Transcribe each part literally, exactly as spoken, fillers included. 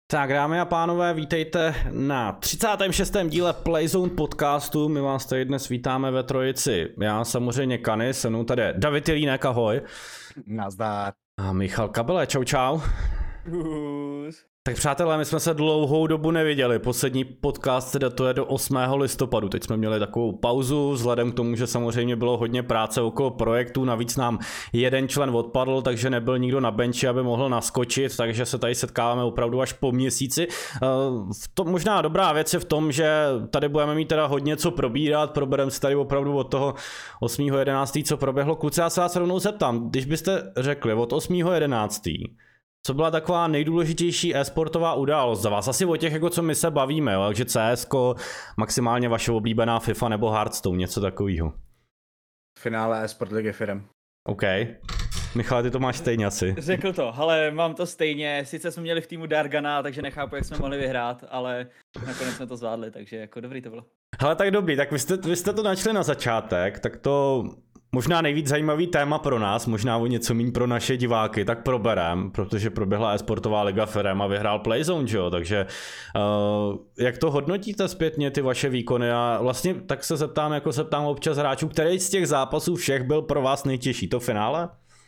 Tak dámy a pánové, vítejte na třicátém šestém díle Playzone podcastu. My vás tady dnes vítáme ve trojici. Já samozřejmě Kany, se mnou tady je David Jelínek, ahoj. Nazdar. A Michal Kabele, čau čau. Uhus. Tak přátelé, my jsme se dlouhou dobu neviděli. Poslední podcast se datuje do osmého listopadu. Teď jsme měli takovou pauzu, vzhledem k tomu, že samozřejmě bylo hodně práce okolo projektu. Navíc nám jeden člen odpadl, takže nebyl nikdo na benči, aby mohl naskočit, takže se tady setkáváme opravdu až po měsíci. To možná dobrá věc je v tom, že tady budeme mít teda hodně co probírat. Probereme si tady opravdu od toho osmého jedenáctého co proběhlo. Kluci, já se vás rovnou zeptám, když byste řekli od osmého jedenáctého co byla taková nejdůležitější e-sportová událost za vás? Asi o těch, jako co my se bavíme, jo? Takže C S ko, maximálně vaše oblíbená FIFA nebo Hearthstone, něco takového. Finále e-sport ligy firem. OK. Michale, ty to máš stejně asi. Řekl to, ale mám to stejně. Sice jsme měli v týmu Dargana, takže nechápu, jak jsme mohli vyhrát, ale nakonec jsme to zvládli, takže jako dobrý to bylo. Hele, tak dobrý, tak vy jste, vy jste to načali na začátek, tak to možná nejvíc zajímavý téma pro nás, možná o něco méně pro naše diváky, tak proberem, protože proběhla e-sportová liga firem a vyhrál Playzone, že jo, takže uh, jak to hodnotíte zpětně ty vaše výkony a vlastně tak se zeptám, jako se ptám občas hráčů, který z těch zápasů všech byl pro vás nejtěžší, to finále?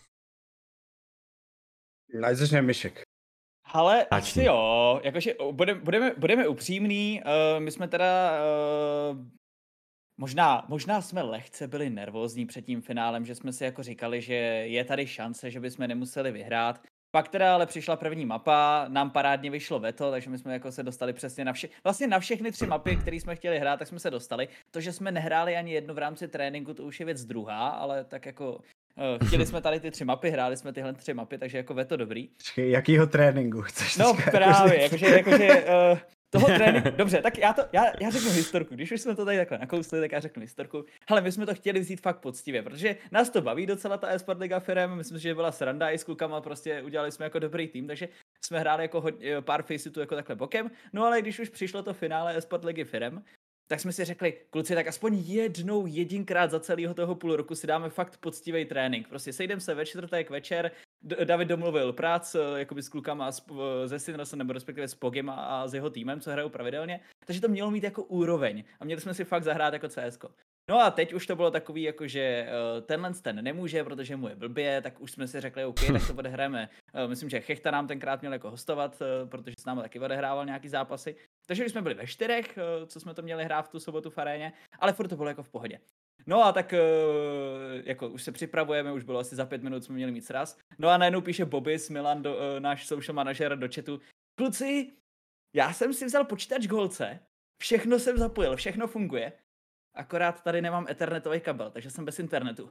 Ať začne Myšek. Ale asi jo, jakože budeme, budeme, budeme upřímní, uh, my jsme teda, uh, možná, možná jsme lehce byli nervózní před tím finálem, že jsme si jako říkali, že je tady šance, že bychom nemuseli vyhrát. Pak teda ale přišla první mapa, nám parádně vyšlo veto, takže my jsme jako se dostali přesně na vše, vlastně na všechny tři mapy, které jsme chtěli hrát, tak jsme se dostali. To, že jsme nehráli ani jednu v rámci tréninku, to už je věc druhá, ale tak jako uh, chtěli jsme tady ty tři mapy, hráli jsme tyhle tři mapy, takže jako veto dobrý. Počkej, jakýho tréninku chceš? No teďka? právě, jakože, jakože uh, toho tréninku, dobře, tak já to, já, já řeknu historku, když už jsme to tady takhle nakousli, tak já řeknu historku. Hele, my jsme to chtěli vzít fakt poctivě, protože nás to baví docela ta e-sport liga firem, myslím si, že byla sranda i s klukama, prostě udělali jsme jako dobrý tým, takže jsme hráli jako hodně, pár faceitů jako takhle bokem, no ale když už přišlo to finále e-sport ligy firem, tak jsme si řekli, kluci, tak aspoň jednou, jedinkrát za celého toho půl roku si dáme fakt poctivý trénink. Prostě sejdem se ve čtvrtek večer, D- David domluvil prác jakoby s klukama s, ze Sinrosem, nebo respektive s Pogem a, a s jeho týmem, co hrajou pravidelně, takže to mělo mít jako úroveň a měli jsme si fakt zahrát jako C S ko. No a teď už to bylo takový, jako že uh, tenhle ten nemůže, protože mu je blbě, tak už jsme si řekli, OK, tak to odehrajeme. Uh, myslím, že Chechta nám tenkrát měl jako hostovat, uh, protože s námi taky odehrával nějaký zápasy. Takže už jsme byli ve čtyřech, uh, co jsme to měli hrát v tu sobotu v aréně, ale furt to bylo jako v pohodě. No a tak uh, jako už se připravujeme, už bylo asi za pět minut jsme měli mít sraz. No a najednou píše Bobis, Milan, do, uh, náš social manažer do chatu. Kluci, já jsem si vzal počítač k holce, všechno jsem zapojil, všechno funguje. Akorát tady nemám ethernetový kabel, takže jsem bez internetu.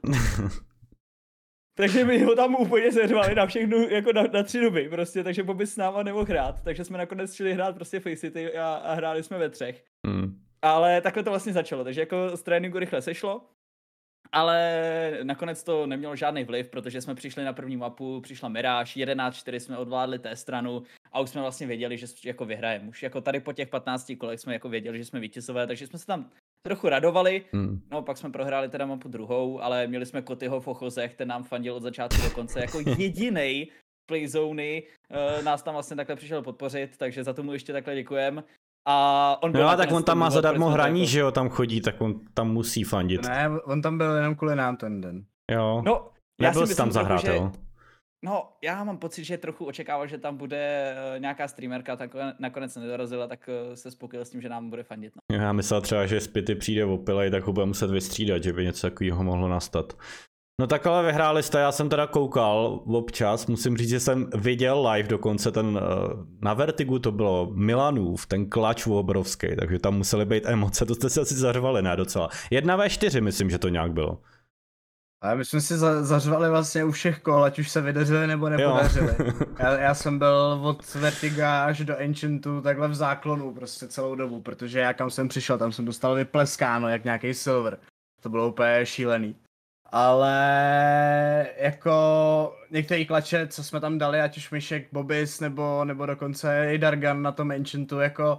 Takže my ho tam úplně seřvali na všechno, jako na, na tři doby prostě, takže Bobby s náma nemohl hrát, takže jsme nakonec šli hrát prostě Faceit a, a hráli jsme ve třech. Mm. Ale takhle to vlastně začalo, takže jako z tréninku rychle sešlo, ale nakonec to nemělo žádný vliv, protože jsme přišli na první mapu, přišla Mirage, jedenáct čtyři jsme odvládli té stranu a už jsme vlastně věděli, že jako vyhrajeme. Už jako tady po těch patnácti kolech jsme jako věděli, že jsme vítězové, takže jsme se tam trochu radovali, hmm. No pak jsme prohráli teda mapu druhou, ale měli jsme Kotyho v ochozech, ten nám fandil od začátku do konce, jako jedinej Playzony uh, nás tam vlastně takhle přišel podpořit, takže za tomu ještě takhle děkujem. A on no, tak on tam má zadarmo hraní, jako že jo, tam chodí, tak on tam musí fandit. Ne, on tam byl jenom kvůli nám ten den. Jo, no, nebyl jsi tam zahrát, že... jo? No, já mám pocit, že trochu očekával, že tam bude uh, nějaká streamerka, tak nakonec nedorazila, tak uh, se spokojil s tím, že nám bude fandit. No. Já myslel třeba, že Spity přijde opilej, tak ho bude muset vystřídat, že by něco takového mohlo nastat. No tak ale vyhráli jste, já jsem teda koukal občas, musím říct, že jsem viděl live dokonce ten, uh, na Vertigu to bylo Milanův, ten klač obrovský, takže tam musely být emoce, to jste se asi zařvali, ne docela. jedna ve čtyři myslím, že to nějak bylo. Ale my jsme si za- zařvali vlastně u všech kol, ať už se vydařili nebo nepodařili. já, já jsem byl od Vertiga až do Enchantu takhle v záklonu prostě celou dobu, protože já kam jsem přišel, tam jsem dostal vypleskáno jak nějaký silver. To bylo úplně šílený. Ale jako některý klače, co jsme tam dali, ať už Myšek, Bobis nebo, nebo dokonce i Dargan na tom Enchantu, jako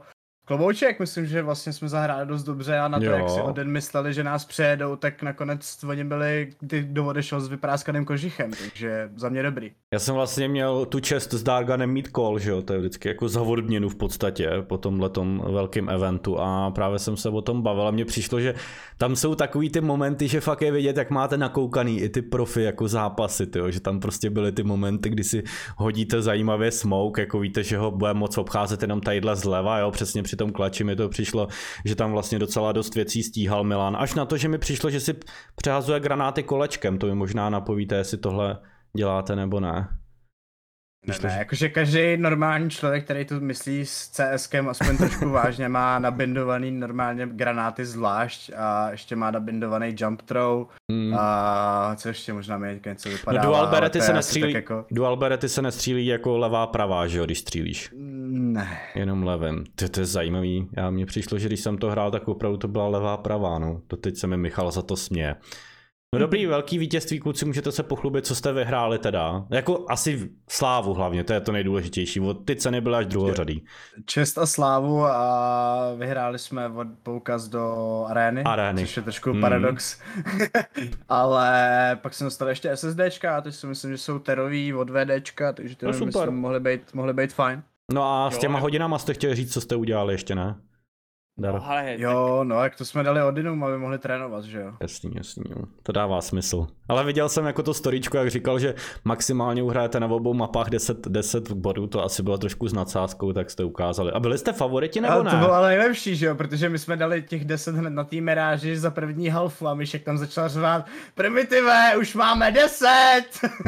klobouček, myslím, že vlastně jsme zahráli dost dobře a na to, Jo. jak si Odin mysleli, že nás přejedou, tak nakonec oni byli, kdy odešel s vypráskaným kožichem, takže za mě dobrý. Já jsem vlastně měl tu čest s Darganem mít call, že jo, to je vždycky jako za odměnu v podstatě po tomhletom velkém eventu a právě jsem se o tom bavil a mně přišlo, že tam jsou takový ty momenty, že fakt je vidět, jak máte nakoukaný i ty profi jako zápasy, tyjo, že tam prostě byly ty momenty, kdy si hodíte zajímavě smoke, jako víte, že ho bude moc obcházet jenom tadyhle zleva, jo, přesně při tom klači mi to přišlo, že tam vlastně docela dost věcí stíhal Milan, až na to, že mi přišlo, že si přehazuje granáty kolečkem, to mi možná napovíte, jestli tohle děláte nebo ne. Ne, ne, jakože každý normální člověk, který to myslí s CSkem aspoň trošku vážně, má nabindovaný normálně granáty zvlášť a ještě má nabindovaný jump throw Hmm. a co ještě možná mi něco vypadá. No dual berety se nestřílí, jako... dual berety se nestřílí jako levá pravá, že jo, když střílíš. Ne. Jenom levem. To, to je zajímavý. Já mně přišlo, že když jsem to hrál, tak opravdu to byla levá pravá, no. To teď se mi Michal za to směje. No dobrý, velký vítězství, kluci, můžete se pochlubit, co jste vyhráli teda. Jako asi slávu hlavně, to je to nejdůležitější. Ty ceny byly až druhořadý. Čest a slávu a vyhráli jsme od poukaz do arény, Arény. což je trošku Hmm. paradox. Ale pak jsem dostal ještě SSDčka, teď si myslím, že jsou terový od VDčka, takže ty No, myslím, super. mohly být, mohly být fajn. No a s Jo, těma ne- hodinama jste chtěli říct, co jste udělali ještě, ne? Dar. No, ale Jo, no, jak to jsme dali Odinům, aby mohli trénovat, že jo. Jasný, jasný, jo. To dává smysl. Ale viděl jsem jako to storyčko, jak říkal, že maximálně uhrajete na obou mapách deset, deset bodů, to asi bylo trošku s nadsázkou, tak jste ukázali. A byli jste favoriti nebo Ale ne? to bylo ale nejlepší, že jo, protože my jsme dali těch deset hned na té miráži za první halfu a Myšek tam začal řvát Primitive, už máme deset!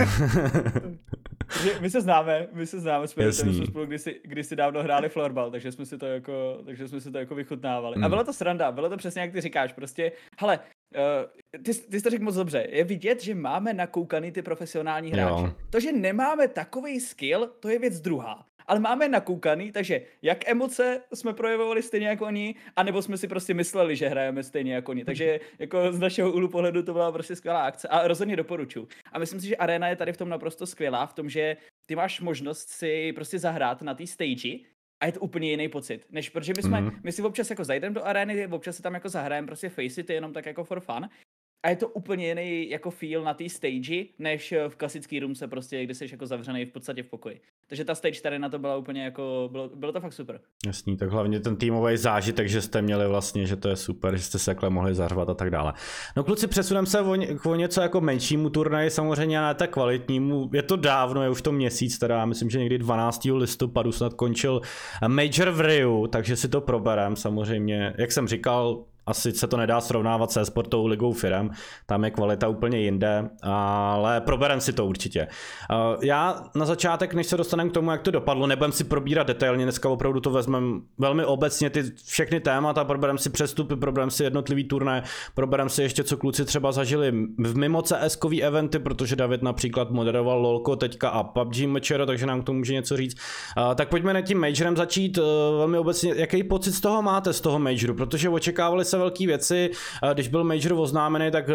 Že my se známe, my se známe, jsme, Jasný. jsme spolu kdysi, kdysi dávno hráli florbal, takže jsme si to jako, takže jsme si to jako vychutnávali. Mm. A bylo to sranda, bylo to přesně jak ty říkáš, prostě, hele, uh, ty, ty jsi to řekl moc dobře, je vidět, že máme nakoukaný ty profesionální hráče. Jo. To, že nemáme takový skill, to je věc druhá. Ale máme nakoukaný, takže jak emoce jsme projevovali stejně jako oni, anebo jsme si prostě mysleli, že hrajeme stejně jako oni. Takže jako z našeho úhlu pohledu to byla prostě skvělá akce a rozhodně doporučuji. A myslím si, že Arena je tady v tom naprosto skvělá, v tom, že ty máš možnost si prostě zahrát na té stage a je to úplně jiný pocit, než protože my jsme, Mhm. my si občas jako zajdeme do arény, občas si tam jako zahrajeme prostě Faceit jenom tak jako for fun. A je to úplně jiný jako feel na té stage, než v klasický roomce prostě, kde jsi jako zavřený v podstatě v pokoji. Takže ta stage tady na to byla úplně jako, bylo, bylo to fakt super. Jasný, tak hlavně ten týmový zážitek, že jste měli vlastně, že to je super, že jste se takhle mohli zařvat a tak dále. No kluci, přesuneme se o, ně, o něco jako menšímu turnaji, samozřejmě ne tak kvalitnímu. Je to dávno, je už to měsíc, teda myslím, že někdy dvanáctého listopadu snad končil Major v Riu, takže si to proberem samozřejmě. Jak jsem říkal, asi se to nedá srovnávat se sportovou ligou firem, tam je kvalita úplně jinde, ale proberem si to určitě. Já na začátek, než se dostaneme k tomu, jak to dopadlo, nebudem si probírat detailně, dneska opravdu to vezmeme velmi obecně, ty všechny témata, proberem si přestupy, proberem si jednotlivý turné, proberem si ještě, co kluci třeba zažili v mimo CSkový eventy, protože David například moderoval LOLko teďka a P U B G Mečero, takže nám k tomu může něco říct. Tak pojďme na tím Majorem začít velmi obecně. Jaký pocit z toho máte, z toho Majoru, protože očekávali se velké věci. Když byl Major oznámený, tak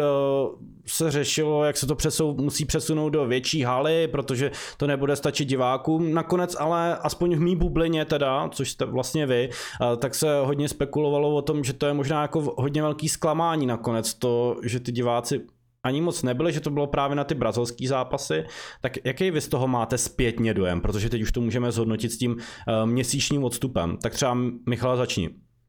se řešilo, jak se to přesou, musí přesunout do větší haly, protože to nebude stačit divákům. Nakonec ale aspoň v mý bublině teda, což jste vlastně vy, tak se hodně spekulovalo o tom, že to je možná jako hodně velký zklamání nakonec to, že ty diváci ani moc nebyli, že to bylo právě na ty brazilský zápasy. Tak jaký vy z toho máte zpětně dojem, protože teď už to můžeme zhodnotit s tím měsíčním odstupem. Tak třeba Michal začni.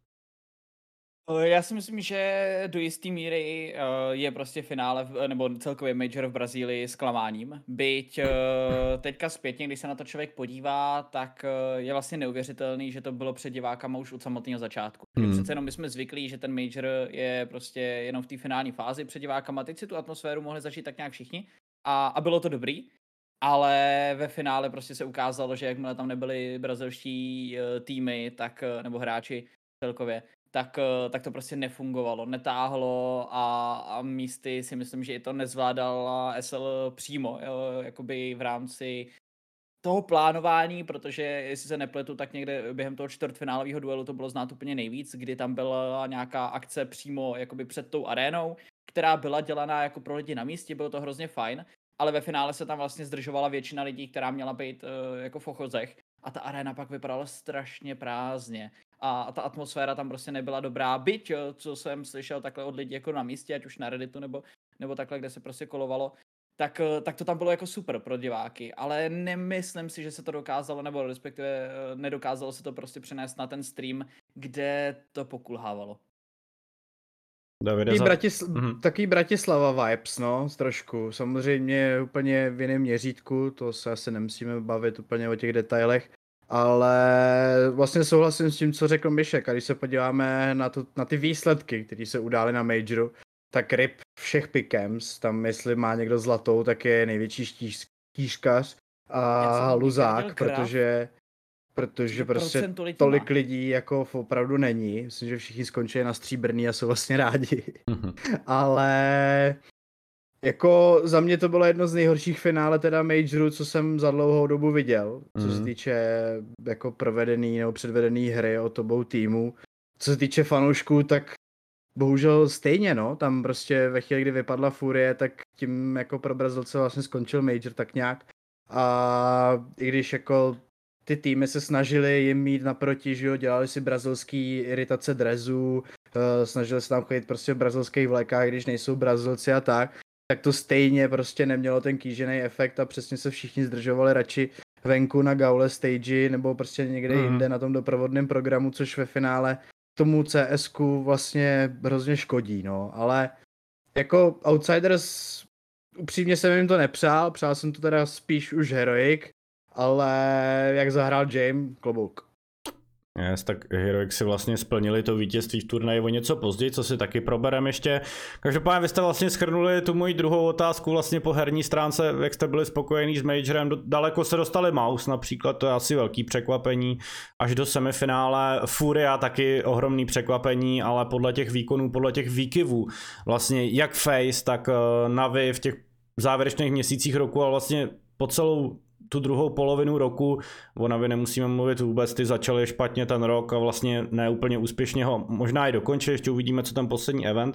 Já si myslím, že do jisté míry je prostě finále nebo celkově Major v Brazílii zklamáním. Byť teďka zpětně, když se na to člověk podívá, tak je vlastně neuvěřitelný, že to bylo před divákama už od samotného začátku. Hmm. Přece jenom my jsme zvyklí, že ten Major je prostě jenom v té finální fázi před divákama. Teď si tu atmosféru mohli zažít tak nějak všichni a, a bylo to dobrý. Ale ve finále prostě se ukázalo, že jakmile tam nebyli brazilští týmy, tak, nebo hráči celkově, tak, tak to prostě nefungovalo, netáhlo a, a místy si myslím, že i to nezvládala S L přímo, jo, jakoby v rámci toho plánování, protože jestli se nepletu, tak někde během toho čtvrtfinálového duelu to bylo znát úplně nejvíc, kdy tam byla nějaká akce přímo jakoby před tou arénou, která byla dělaná jako pro lidi na místě, bylo to hrozně fajn, ale ve finále se tam vlastně zdržovala většina lidí, která měla být uh, jako v ochozech a ta aréna pak vypadala strašně prázdně. a ta atmosféra tam prostě nebyla dobrá, byť, co jsem slyšel takhle od lidí jako na místě, ať už na Redditu nebo, nebo takhle, kde se prostě kolovalo, tak, tak to tam bylo jako super pro diváky, ale nemyslím si, že se to dokázalo, nebo respektive nedokázalo se to prostě přenést na ten stream, kde to pokulhávalo. Taký, za... Bratisl... mm-hmm. Taký Bratislava vibes, no, trošku. Samozřejmě úplně v jiném měřítku, to se asi nemusíme bavit úplně o těch detailech, ale vlastně souhlasím s tím, co řekl Myšek, a když se podíváme na, to, na ty výsledky, které se udály na Majoru, tak Rip všech pick'ems, tam jestli má někdo zlatou, tak je největší štíž, štížkař a luzák, protože, protože prostě tolik lidí jako opravdu není. Myslím, že všichni skončili na stříbrný a jsou vlastně rádi. Ale jako za mě to bylo jedno z nejhorších finále teda Majoru, co jsem za dlouhou dobu viděl, co se týče jako provedený nebo předvedený hry od obou týmů. Co se týče fanoušků, tak bohužel stejně, no, tam prostě ve chvíli, kdy vypadla Furie, tak tím jako pro Brazilce vlastně skončil Major tak nějak. A i když jako ty týmy se snažili jim mít naproti, že jo, dělali si brazilský iritace drezů, uh, snažili se tam chodit prostě v brazilských vlekách, když nejsou Brazilci a tak, tak to stejně prostě nemělo ten kýžený efekt a přesně se všichni zdržovali radši venku na Gaule stage nebo prostě někde mm. jinde na tom doprovodném programu, což ve finále tomu CSku vlastně hrozně škodí, no, ale jako Outsiders upřímně jsem jim to nepřál, přál jsem to teda spíš už Heroic, ale jak zahrál James, klobouk. Yes, tak Heroic si vlastně splnili to vítězství v turnaji o něco později, co si taky probereme ještě. Každopádně vy jste vlastně shrnuli tu moji druhou otázku vlastně po herní stránce, jak jste byli spokojení s Majorem. Daleko se dostali Mouse například, to je asi velký překvapení, až do semifinále. Furia taky ohromný překvapení, ale podle těch výkonů, podle těch výkyvů, vlastně jak Face, tak Navi v těch závěrečných měsících roku, ale vlastně po celou tu druhou polovinu roku, o Navi nemusíme mluvit vůbec, ty začaly špatně ten rok a vlastně ne úplně úspěšně ho možná i dokončili, ještě uvidíme, co ten poslední event.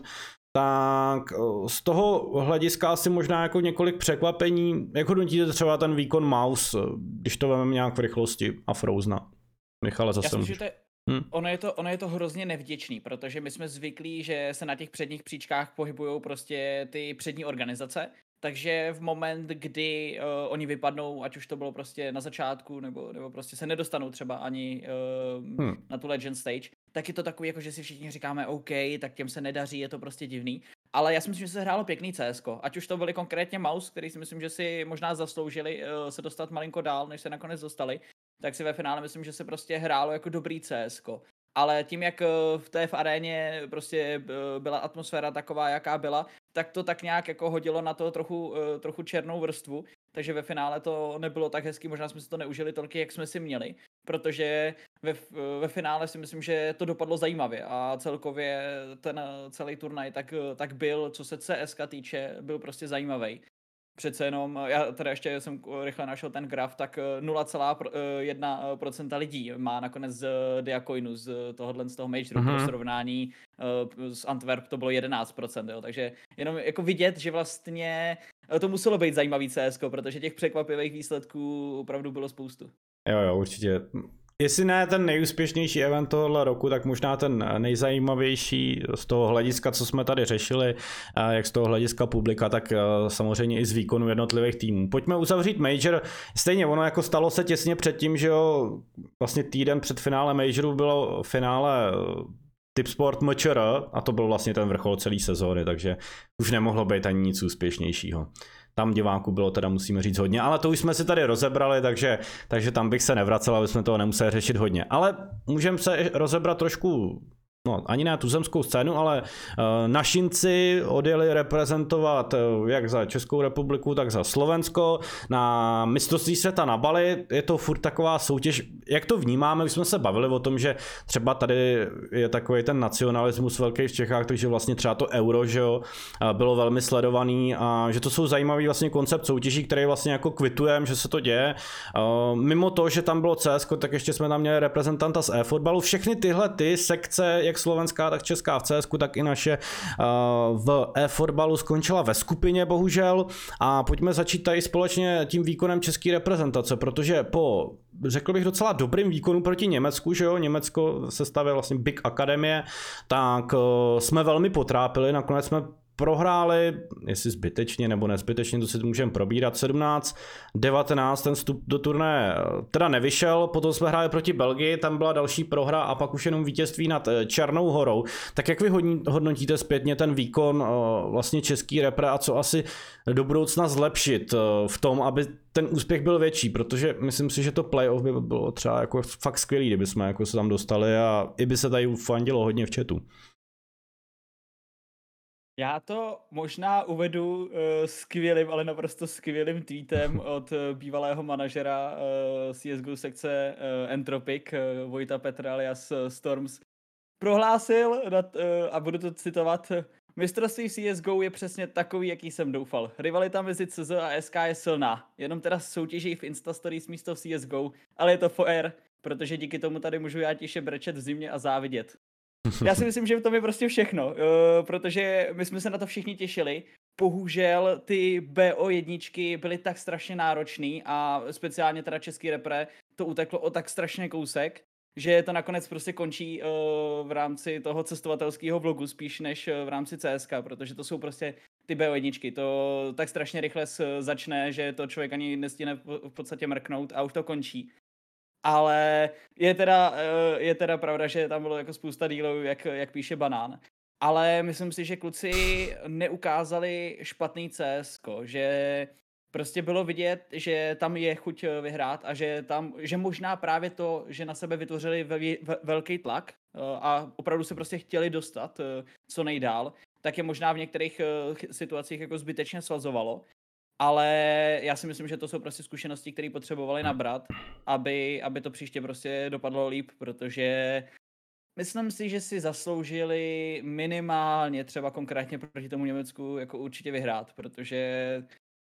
Tak z toho hlediska asi možná jako několik překvapení. Jak hodnotíte třeba ten výkon Mouse, když to vezmeme nějak v rychlosti a Frozena? Michale, zase můžeš. Hmm. Ono, je to, ono je to hrozně nevděčný, protože my jsme zvyklí, že se na těch předních příčkách pohybují prostě ty přední organizace, takže v moment, kdy uh, oni vypadnou, ať už to bylo prostě na začátku, nebo, nebo prostě se nedostanou třeba ani uh, hmm. na tu Legend Stage, tak je to takový, jako že si všichni říkáme OK, tak těm se nedaří, je to prostě divný. Ale já si myslím, že se hrálo pěkný C S ko. Ať už to byli konkrétně Mouse, který si myslím, že si možná zasloužili uh, se dostat malinko dál, než se nakonec dostali, tak si ve finále myslím, že se prostě hrálo jako dobrý C S ko. Ale tím, jak v té v aréně prostě byla atmosféra taková, jaká byla, tak to tak nějak jako hodilo na to trochu, trochu černou vrstvu, takže ve finále to nebylo tak hezký, možná jsme si to neužili tolik, jak jsme si měli, protože ve, ve finále si myslím, že to dopadlo zajímavě a celkově ten celý turnaj tak, tak byl, co se C S ka týče, byl prostě zajímavý. Přece jenom, já teda ještě jsem rychle našel ten graf, tak nula celá jedna procenta lidí má nakonec z Diacoinu, z tohohle z toho Majoru, mm-hmm. pro srovnání z Antwerp to bylo jedenáct procent, jo, takže jenom jako vidět, že vlastně to muselo být zajímavý C S ko, protože těch překvapivých výsledků opravdu bylo spoustu. Jo, jo, určitě. Jestli ne ten nejúspěšnější event tohohle roku, tak možná ten nejzajímavější z toho hlediska, co jsme tady řešili, jak z toho hlediska publika, tak samozřejmě i z výkonu jednotlivých týmů. Pojďme uzavřít Major. Stejně ono jako stalo se těsně předtím, že jo, vlastně týden před finále Majoru bylo finále Tipsport M Č R a to byl vlastně ten vrchol celé sezóny, takže už nemohlo být ani nic úspěšnějšího. Tam diváků bylo teda, musíme říct, hodně, ale to už jsme si tady rozebrali, takže, takže tam bych se nevracel, aby jsme toho nemuseli řešit hodně. Ale můžeme se rozebrat trošku, no ani ne tuzemskou scénu, ale uh, našinci odjeli reprezentovat uh, jak za Českou republiku, tak za Slovensko na mistrovství světa na Bali. Je to furt taková soutěž, jak to vnímáme, už jsme se bavili o tom, že třeba tady je takový ten nacionalismus velký v Čechách, takže vlastně třeba to euro, že jo, bylo velmi sledovaný a že to jsou zajímavý vlastně koncept soutěží, který vlastně jako kvitujeme, že se to děje. Uh, mimo to, že tam bylo C S ko, tak ještě jsme tam měli reprezentanta z e-fotbalu. Všechny tyhle ty sekce, jak jak slovenská, tak česká v C S ku, tak i naše uh, v e-fotbalu skončila ve skupině bohužel a pojďme začít tady společně tím výkonem české reprezentace, protože po, řekl bych, docela dobrým výkonu proti Německu, že jo, Německo se stavuje vlastně Big Akademie, tak uh, jsme velmi potrápili, nakonec jsme prohráli, jestli zbytečně nebo nezbytečně, to si můžeme probírat, sedmnáct devatenáct, ten vstup do turnaje teda nevyšel, potom jsme hráli proti Belgii, tam byla další prohra a pak už jenom vítězství nad Černou horou. Tak jak vy hodnotíte zpětně ten výkon vlastně český repre a co asi do budoucna zlepšit v tom, aby ten úspěch byl větší, protože myslím si, že to playoff by bylo třeba jako fakt skvělý, kdyby jsme jako se tam dostali a i by se tady ufandilo hodně v chatu. Já to možná uvedu uh, skvělým, ale naprosto skvělým tweetem od uh, bývalého manažera uh, C S G O sekce uh, Entropic, uh, Vojta Petra alias uh, Storms. Prohlásil, nad, uh, a budu to citovat, mistrovství C S G O je přesně takový, jaký jsem doufal. Rivalita mezi C Z a S K je silná, jenom teda soutěží v Instastories místo v C S G O, ale je to fair, protože díky tomu tady můžu já tiše brečet v zimě a závidět. Já si myslím, že to je prostě všechno, uh, protože my jsme se na to všichni těšili. Bohužel ty B O jedničky byly tak strašně náročný a speciálně teda český repre to uteklo o tak strašně kousek, že to nakonec prostě končí uh, v rámci toho cestovatelského vlogu spíš než v rámci C S K, protože to jsou prostě ty B O jedničky. To tak strašně rychle začne, že to člověk ani nestihne v podstatě mrknout a už to končí. Ale je teda, je teda pravda, že tam bylo jako spousta dílů, jak, jak píše Banán. Ale myslím si, že kluci neukázali špatný C S ko, že prostě bylo vidět, že tam je chuť vyhrát a že tam, že možná právě to, že na sebe vytvořili ve, ve, velký tlak a opravdu se prostě chtěli dostat co nejdál, tak je možná v některých situacích jako zbytečně svazovalo. Ale já si myslím, že to jsou prostě zkušenosti, které potřebovali nabrat, aby, aby to příště prostě dopadlo líp, protože myslím si, že si zasloužili minimálně třeba konkrétně proti tomu Německu jako určitě vyhrát, protože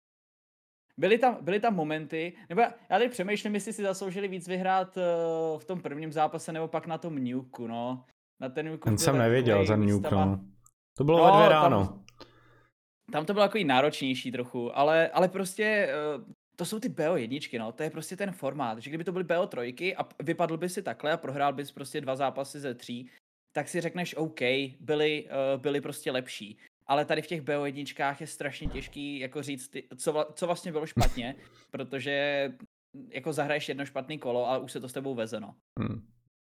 byly tam, byly tam momenty, nebo já tady přemýšlím, jestli si zasloužili víc vyhrát v tom prvním zápase nebo pak na tom Nuku, no. Na ten Nuku. Ten jsem neviděl, ten Nuke, no. To bylo no, ve dvě ráno. Tam, Tam to bylo jako i náročnější trochu, ale, ale prostě uh, to jsou ty B O jedničky, no, to je prostě ten formát, že kdyby to byly B O trojky a vypadl by si takhle a prohrál bys prostě dva zápasy ze tří, tak si řekneš OK, byli, uh, byli prostě lepší. Ale tady v těch B O jedničkách je strašně těžký jako říct, ty, co, co vlastně bylo špatně, protože jako zahraješ jedno špatný kolo a už se to s tebou veze, no. Hmm.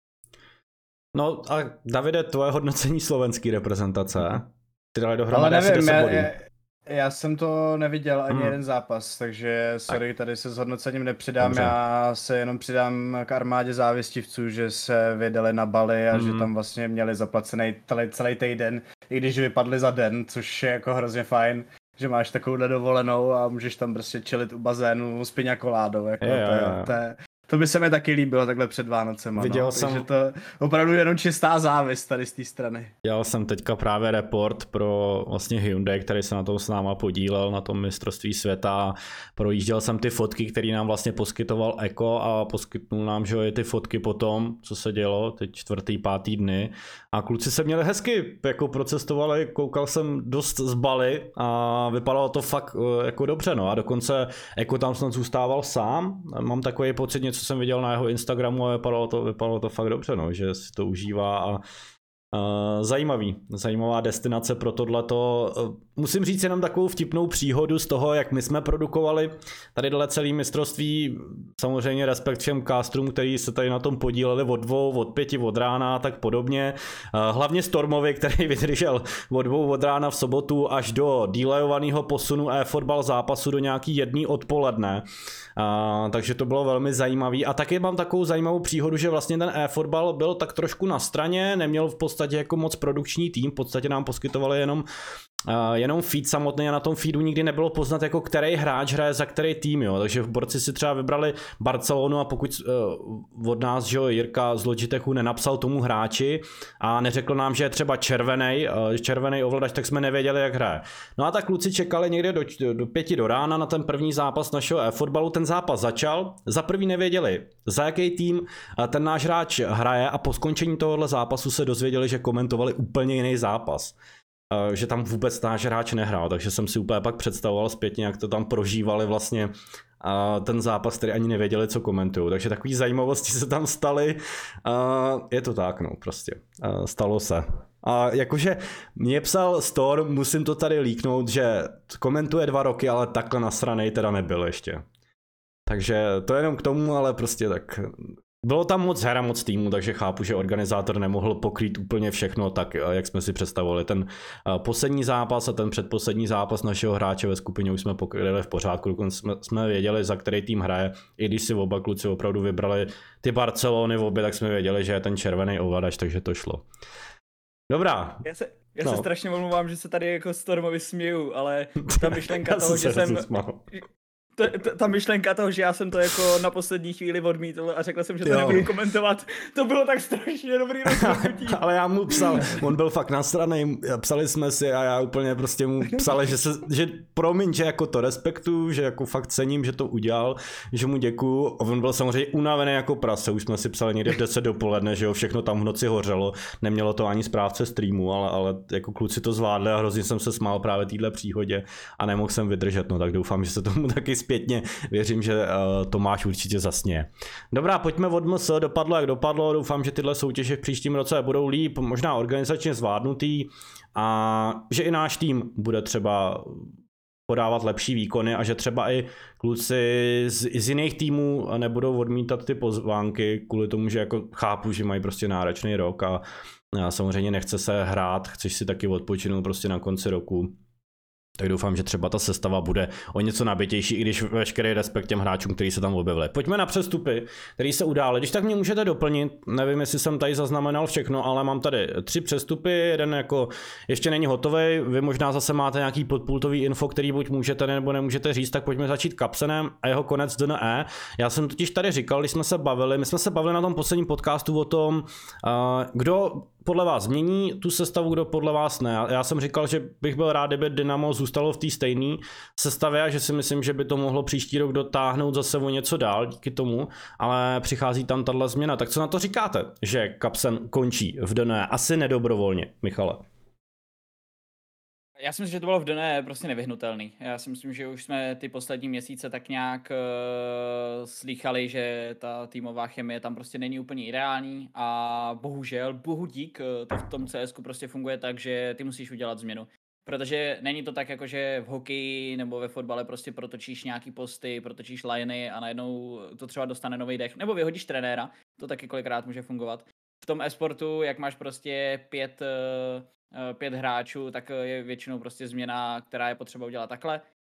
No a Davide, tvoje hodnocení slovenské reprezentace? Ty dali dohromady asi deset bodů. Já jsem to neviděl ani hmm. jeden zápas, takže sorry, tady se s hodnocením nepřidám, Dobře. Já se jenom přidám k armádě závistivců, že se vydali na Bali a hmm. že tam vlastně měli zaplacený celý, celý týden, i když vypadli za den, což je jako hrozně fajn, že máš takovouhle dovolenou a můžeš tam prostě chillit u bazénu s piňakoládou, jako je, to, je, je. To, je, to by se mi taky líbilo takhle před Vánocema, Viděl no. jsem... takže to opravdu jenom čistá závist tady z té strany. Dělal jsem teďka právě report pro vlastně Hyundai, který se na tom s náma podílel, na tom mistrovství světa. Projížděl jsem ty fotky, který nám vlastně poskytoval Eko a poskytnul nám, že je ty fotky potom, co se dělo, teď čtvrtý, pátý dny. A kluci se měli hezky, jako procestovali, koukal jsem dost z Bali a vypadalo to fakt jako dobře, no a dokonce Eko tam snad zůstával sám. Mám takový pocit, něco jsem viděl na jeho Instagramu a vypadalo to, vypadalo to fakt dobře, no, že si to užívá a Uh, zajímavý, zajímavá destinace pro tohleto. Uh, musím říct jenom takovou vtipnou příhodu z toho, jak my jsme produkovali tady dole celý mistrovství. Samozřejmě respekt všem castrům, který se tady na tom podíleli od dvou, od pěti, od rána a tak podobně. Uh, hlavně Stormovi, který vydržel od dvou od rána v sobotu až do delayovaného posunu e-fotbal zápasu do nějaký jedný odpoledne. Uh, takže to bylo velmi zajímavý. A taky mám takovou zajímavou příhodu, že vlastně ten e-fotbal byl tak trošku na straně, neměl v podstatě jako moc produkční tým, v podstatě nám poskytovali jenom uh, jenom feed samotný a na tom feedu nikdy nebylo poznat, jako který hráč hraje za který tým, jo. Takže borci si třeba vybrali Barcelonu a pokud uh, od nás, že jo, Jirka z Logitechu nenapsal tomu hráči a neřekl nám, že je třeba červený, uh, červený ovladač, tak jsme nevěděli, jak hraje. No a tak kluci čekali někde do, do pěti do rána na ten první zápas našeho e-fotbalu, ten zápas začal, za první nevěděli, za jaký tým ten náš hráč hraje a po skončení tohohle zápasu se dozvěděli, že komentovali úplně jiný zápas. Že tam vůbec náš hráč nehrál, takže jsem si úplně pak představoval zpětně, jak to tam prožívali vlastně ten zápas, který ani nevěděli, co komentují. Takže takové zajímavosti se tam staly. Je to tak, no prostě. Stalo se. A jakože mě psal Storm, musím to tady líknout, že komentuje dva roky, ale takhle nasranej teda nebyl ještě. Takže to jenom k tomu, ale prostě tak... Bylo tam moc her a moc týmu, takže chápu, že organizátor nemohl pokrýt úplně všechno tak, jak jsme si představovali. Ten poslední zápas a ten předposlední zápas našeho hráče ve skupině už jsme pokryli v pořádku, dokonce jsme, jsme věděli, za který tým hraje. I když si oba kluci opravdu vybrali ty Barcelony v obě, tak jsme věděli, že je ten červený ovladač, takže to šlo. Dobrá. Já se, já no. se strašně omlouvám, že se tady jako Stormovi směju, ale ta myšlenka toho, že jsem... Ta, ta, ta myšlenka toho, že já jsem to jako na poslední chvíli odmítl a řekl jsem, že to jo. nebudu komentovat, to bylo tak strašně dobrý rozhodnutí. Ale já mu psal, on byl fakt nasranej, psali jsme si a já úplně prostě mu psal, že, se, že promiň, že jako to respektuju, že jako fakt cením, že to udělal, že mu děkuju. A on byl samozřejmě unavený jako prase, už jsme si psali někde v deset dopoledne, že jo, všechno tam v noci hořelo, nemělo to ani správce streamu, ale, ale jako kluci to zvládli a hrozně jsem se smál právě téhle příhodě a nemohl jsem vydržet, no tak doufám, že se tomu taky zpětně věřím, že uh, Tomáš určitě zasněje. Dobrá, pojďme od M S, dopadlo jak dopadlo, doufám, že tyhle soutěže v příštím roce budou líp, možná organizačně zvládnutý a že i náš tým bude třeba podávat lepší výkony a že třeba i kluci z, z jiných týmů nebudou odmítat ty pozvánky kvůli tomu, že jako chápu, že mají prostě náročný rok a, a samozřejmě nechce se hrát, chceš si taky odpočinout prostě na konci roku. Tak doufám, že třeba ta sestava bude o něco nabitější, i když veškerý respekt těm hráčům, kteří se tam objevili. Pojďme na přestupy, které se udály. Když tak mě můžete doplnit, nevím, jestli jsem tady zaznamenal všechno, ale mám tady tři přestupy, jeden jako ještě není hotový, vy možná zase máte nějaký podpultový info, který buď můžete nebo nemůžete říct, tak pojďme začít Kapsenem a jeho konec D N E. Já jsem totiž tady říkal, když jsme se bavili, my jsme se bavili na tom posledním podcastu o tom, kdo podle vás změní tu sestavu, kdo podle vás ne. Já jsem říkal, že bych byl rád, kdyby Dynamo zůstalo v té stejné sestavě a že si myslím, že by to mohlo příští rok dotáhnout zase o něco dál díky tomu, ale přichází tam tahle změna. Tak co na to říkáte, že Kapsen končí v D N E? Asi nedobrovolně, Michale. Já si myslím, že to bylo v D N E prostě nevyhnutelný. Já si myslím, že už jsme ty poslední měsíce tak nějak uh, slýchali, že ta týmová chemie tam prostě není úplně ideální a bohužel, bohu dík, to v tom C S ku prostě funguje tak, že ty musíš udělat změnu. Protože není to tak, jako že v hokeji nebo ve fotbale prostě protočíš nějaký posty, protočíš liney a najednou to třeba dostane nový dech. Nebo vyhodíš trenéra, to taky kolikrát může fungovat. V tom e-sportu, jak máš prostě pět... Uh, pět hráčů, tak je většinou prostě změna, která je potřeba udělat takhle.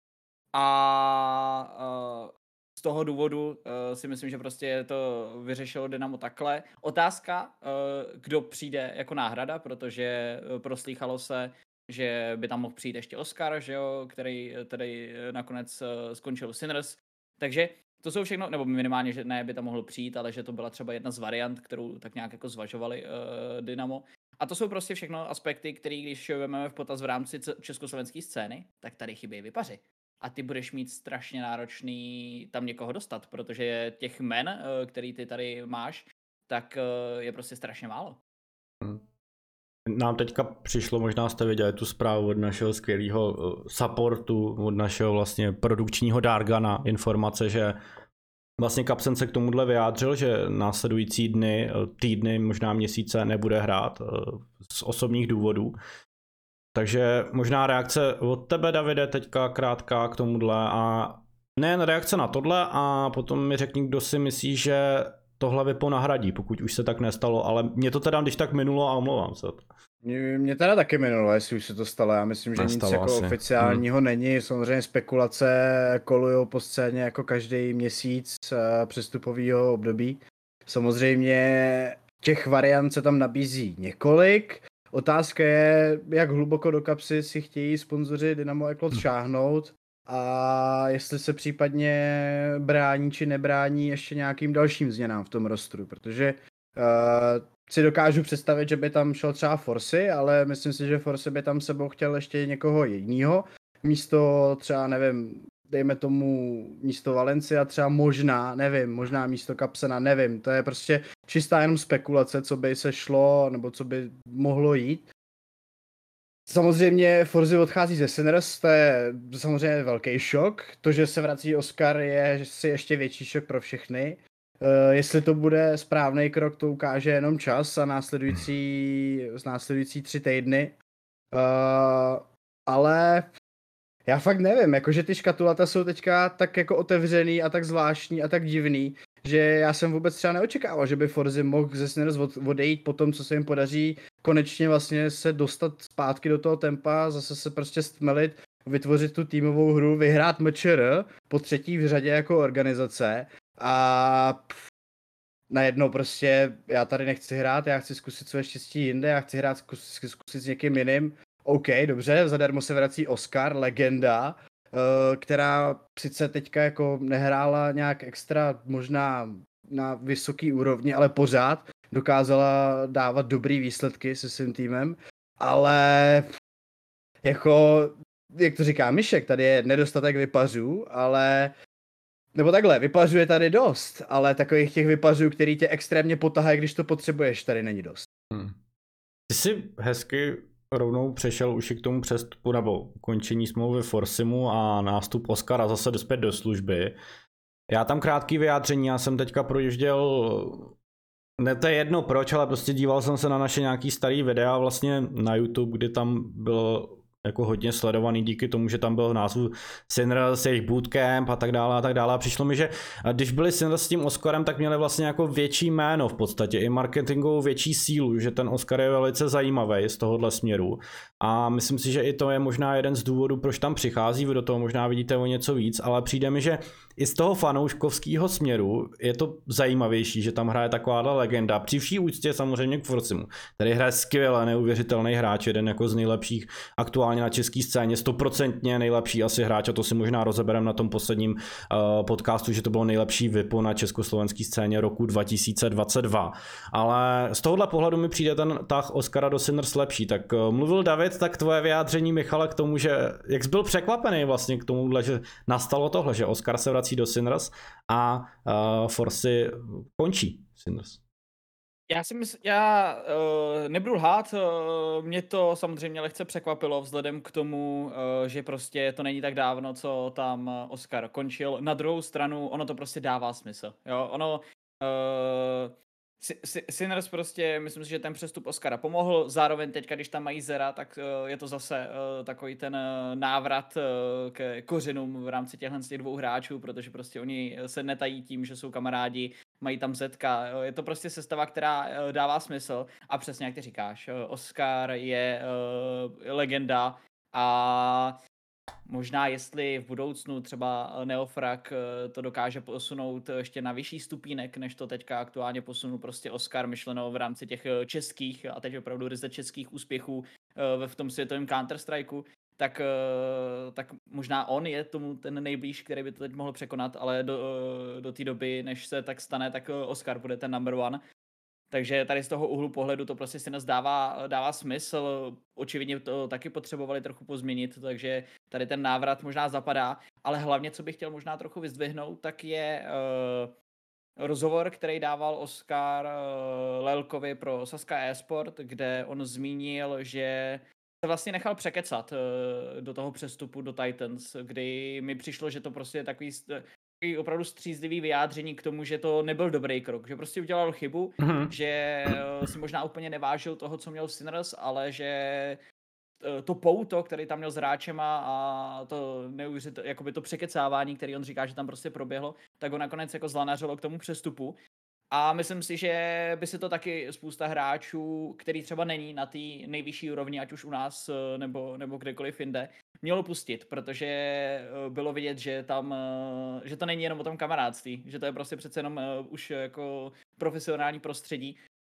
A uh, z toho důvodu uh, si myslím, že prostě to vyřešilo Dynamo takhle. Otázka, uh, kdo přijde jako náhrada, protože proslýchalo se, že by tam mohl přijít ještě Oscar, že jo, který tedy nakonec uh, skončil v Sinners. Takže to jsou všechno, nebo minimálně, že ne by tam mohl přijít, ale že to byla třeba jedna z variant, kterou tak nějak jako zvažovali uh, Dynamo. A to jsou prostě všechno aspekty, které když vezmeme v potaz v rámci československé scény, tak tady chybí vypaři. A ty budeš mít strašně náročný tam někoho dostat, protože těch men, který ty tady máš, tak je prostě strašně málo. Nám teďka přišlo, možná jste viděli tu zprávu od našeho skvělého supportu, od našeho vlastně produkčního Dargana, informace, že vlastně Kapsen se k tomuhle vyjádřil, že následující dny, týdny, možná měsíce nebude hrát z osobních důvodů. Takže možná reakce od tebe, Davide, teďka krátká k tomuhle a nejen reakce na tohle a potom mi řekni, kdo si myslí, že tohle Vypo nahradí, pokud už se tak nestalo, ale mě to teda když tak minulo a omlouvám se. Mě teda taky minulo, jestli už se to stalo, já myslím, že nestalo nic jako asi. Oficiálního hmm. není, samozřejmě spekulace kolujou po scéně jako každý měsíc přestupového období. Samozřejmě těch variant se tam nabízí několik, Otázka je, jak hluboko do kapsy si chtějí sponzoři Dynamo Eklot šáhnout a jestli se případně brání či nebrání ještě nějakým dalším změnám v tom rostru, protože uh, si dokážu představit, že by tam šel třeba Forsy, ale myslím si, že Forsy by tam sebou chtěl ještě někoho jiného. Místo třeba, nevím, dejme tomu místo Valencia, třeba možná, nevím, možná místo Kapsena, nevím. To je prostě čistá jenom spekulace, co by se šlo, nebo co by mohlo jít. Samozřejmě Forzy odchází ze Sinners, to je samozřejmě velký šok. To, že se vrací Oscar, je si ještě větší šok pro všechny. Uh, jestli to bude správný krok, to ukáže jenom čas a následující, následující tři týdny. Uh, ale já fakt nevím, jakože ty škatulata jsou teďka tak jako otevřený a tak zvláštní a tak divný, že já jsem vůbec třeba neočekával, že by Forzy mohl ze Sinners odejít po tom, co se jim podaří konečně vlastně se dostat zpátky do toho tempa, zase se prostě stmelit, vytvořit tu týmovou hru, vyhrát M Č R po třetí v řadě jako organizace a pff, najednou prostě já tady nechci hrát, já chci zkusit své štěstí jinde, já chci hrát, zkusit, zkusit s někým jiným. OK, dobře, zadarmo se vrací Oscar, legenda, která sice teďka jako nehrála nějak extra možná na vysoký úrovni, ale pořád dokázala dávat dobrý výsledky se svým týmem, ale jako, jak to říká Myšek, tady je nedostatek vypařů, ale nebo takhle, vypařů je tady dost, ale takových těch vypařů, který tě extrémně potahají, když to potřebuješ, tady není dost. Hmm. Ty jsi hezky rovnou přešel už i k tomu přestupu nebo ukončení smlouvy Forsimu a nástup Oscara zase dospět do služby. Já tam krátký vyjádření, já jsem teďka projížděl, ne to je jedno proč, ale prostě díval jsem se na naše nějaký starý videa vlastně na YouTube, kdy tam bylo jako hodně sledovaný díky tomu, že tam byl v názvu Sinners, jejich bootcamp a tak dále a tak dále. A přišlo mi, že když byli Sinners s tím Oscarem, tak měli vlastně jako větší jméno v podstatě, i marketingovou větší sílu, že ten Oscar je velice zajímavý z tohohle směru. A myslím si, že i to je možná jeden z důvodů, proč tam přichází, vy do toho možná vidíte o něco víc, ale přijde mi, že i z toho fanouškovského směru je to zajímavější, že tam hraje takováhle legenda. Při vší úctě samozřejmě k Forsimu, který hraje skvěle, neuvěřitelný hráč, jeden jako z nejlepších aktuálně na české scéně, stoprocentně nejlepší asi hráč, a to si možná rozebereme na tom posledním uh, podcastu, že to bylo nejlepší VIPo na československé scéně roku dva tisíce dvacet dva. Ale z tohohle pohledu mi přijde ten tah Oscara do Sinners lepší. Tak uh, mluvil David, tak tvoje vyjádření, Michale, k tomu, že jak jsi byl překvapený vlastně k tomuhle, že nastalo tohle, že Oscar se vrací do Sinners a uh, Forsy končí Sinners. Já si myslím, já uh, nebudu lhát, uh, mě to samozřejmě lehce překvapilo vzhledem k tomu, uh, že prostě to není tak dávno, co tam Oscar končil. Na druhou stranu, ono to prostě dává smysl, jo, ono... Uh, Sinners prostě, myslím si, že ten přestup Oscara pomohl, zároveň teďka, když tam mají Zera, tak uh, je to zase uh, takový ten uh, návrat uh, k kořenům v rámci těchhle těch dvou hráčů, protože prostě oni se netají tím, že jsou kamarádi, mají tam Zetka, je to prostě sestava, která uh, dává smysl a přesně jak ty říkáš, uh, Oscar je uh, legenda a možná jestli v budoucnu třeba Neofrak to dokáže posunout ještě na vyšší stupínek, než to teďka aktuálně posunul prostě Oscar, myšleno v rámci těch českých a teď opravdu ryze českých úspěchů v tom světovém Counter-Strikeu, tak, tak možná on je tomu ten nejblíž, který by to teď mohl překonat, ale do, do té doby, než se tak stane, tak Oscar bude ten number one. Takže tady z toho úhlu pohledu to prostě si nás dává, dává smysl, očividně to taky potřebovali trochu pozměnit, takže tady ten návrat možná zapadá, ale hlavně, co bych chtěl možná trochu vyzdvihnout, tak je uh, rozhovor, který dával Oscar uh, Lelkovi pro Sazka eSport, kde on zmínil, že se vlastně nechal překecat uh, do toho přestupu do Titans, kdy mi přišlo, že to prostě je takový... opravdu střízlivý vyjádření k tomu, že to nebyl dobrý krok, že prostě udělal chybu, mm-hmm. že si možná úplně nevážil toho, co měl v Sinners, ale že to pouto, který tam měl s hráčema a to neuvěřit, jakoby to překecávání, který on říká, že tam prostě proběhlo, tak ho nakonec jako zlanařilo k tomu přestupu. A myslím si, že by si to taky spousta hráčů, který třeba není na té nejvyšší úrovni, ať už u nás nebo, nebo kdekoliv jinde, mělo pustit, protože bylo vidět, že tam, že to není jenom o tom kamarádství, že to je prostě přece jenom už jako profesionální prostředí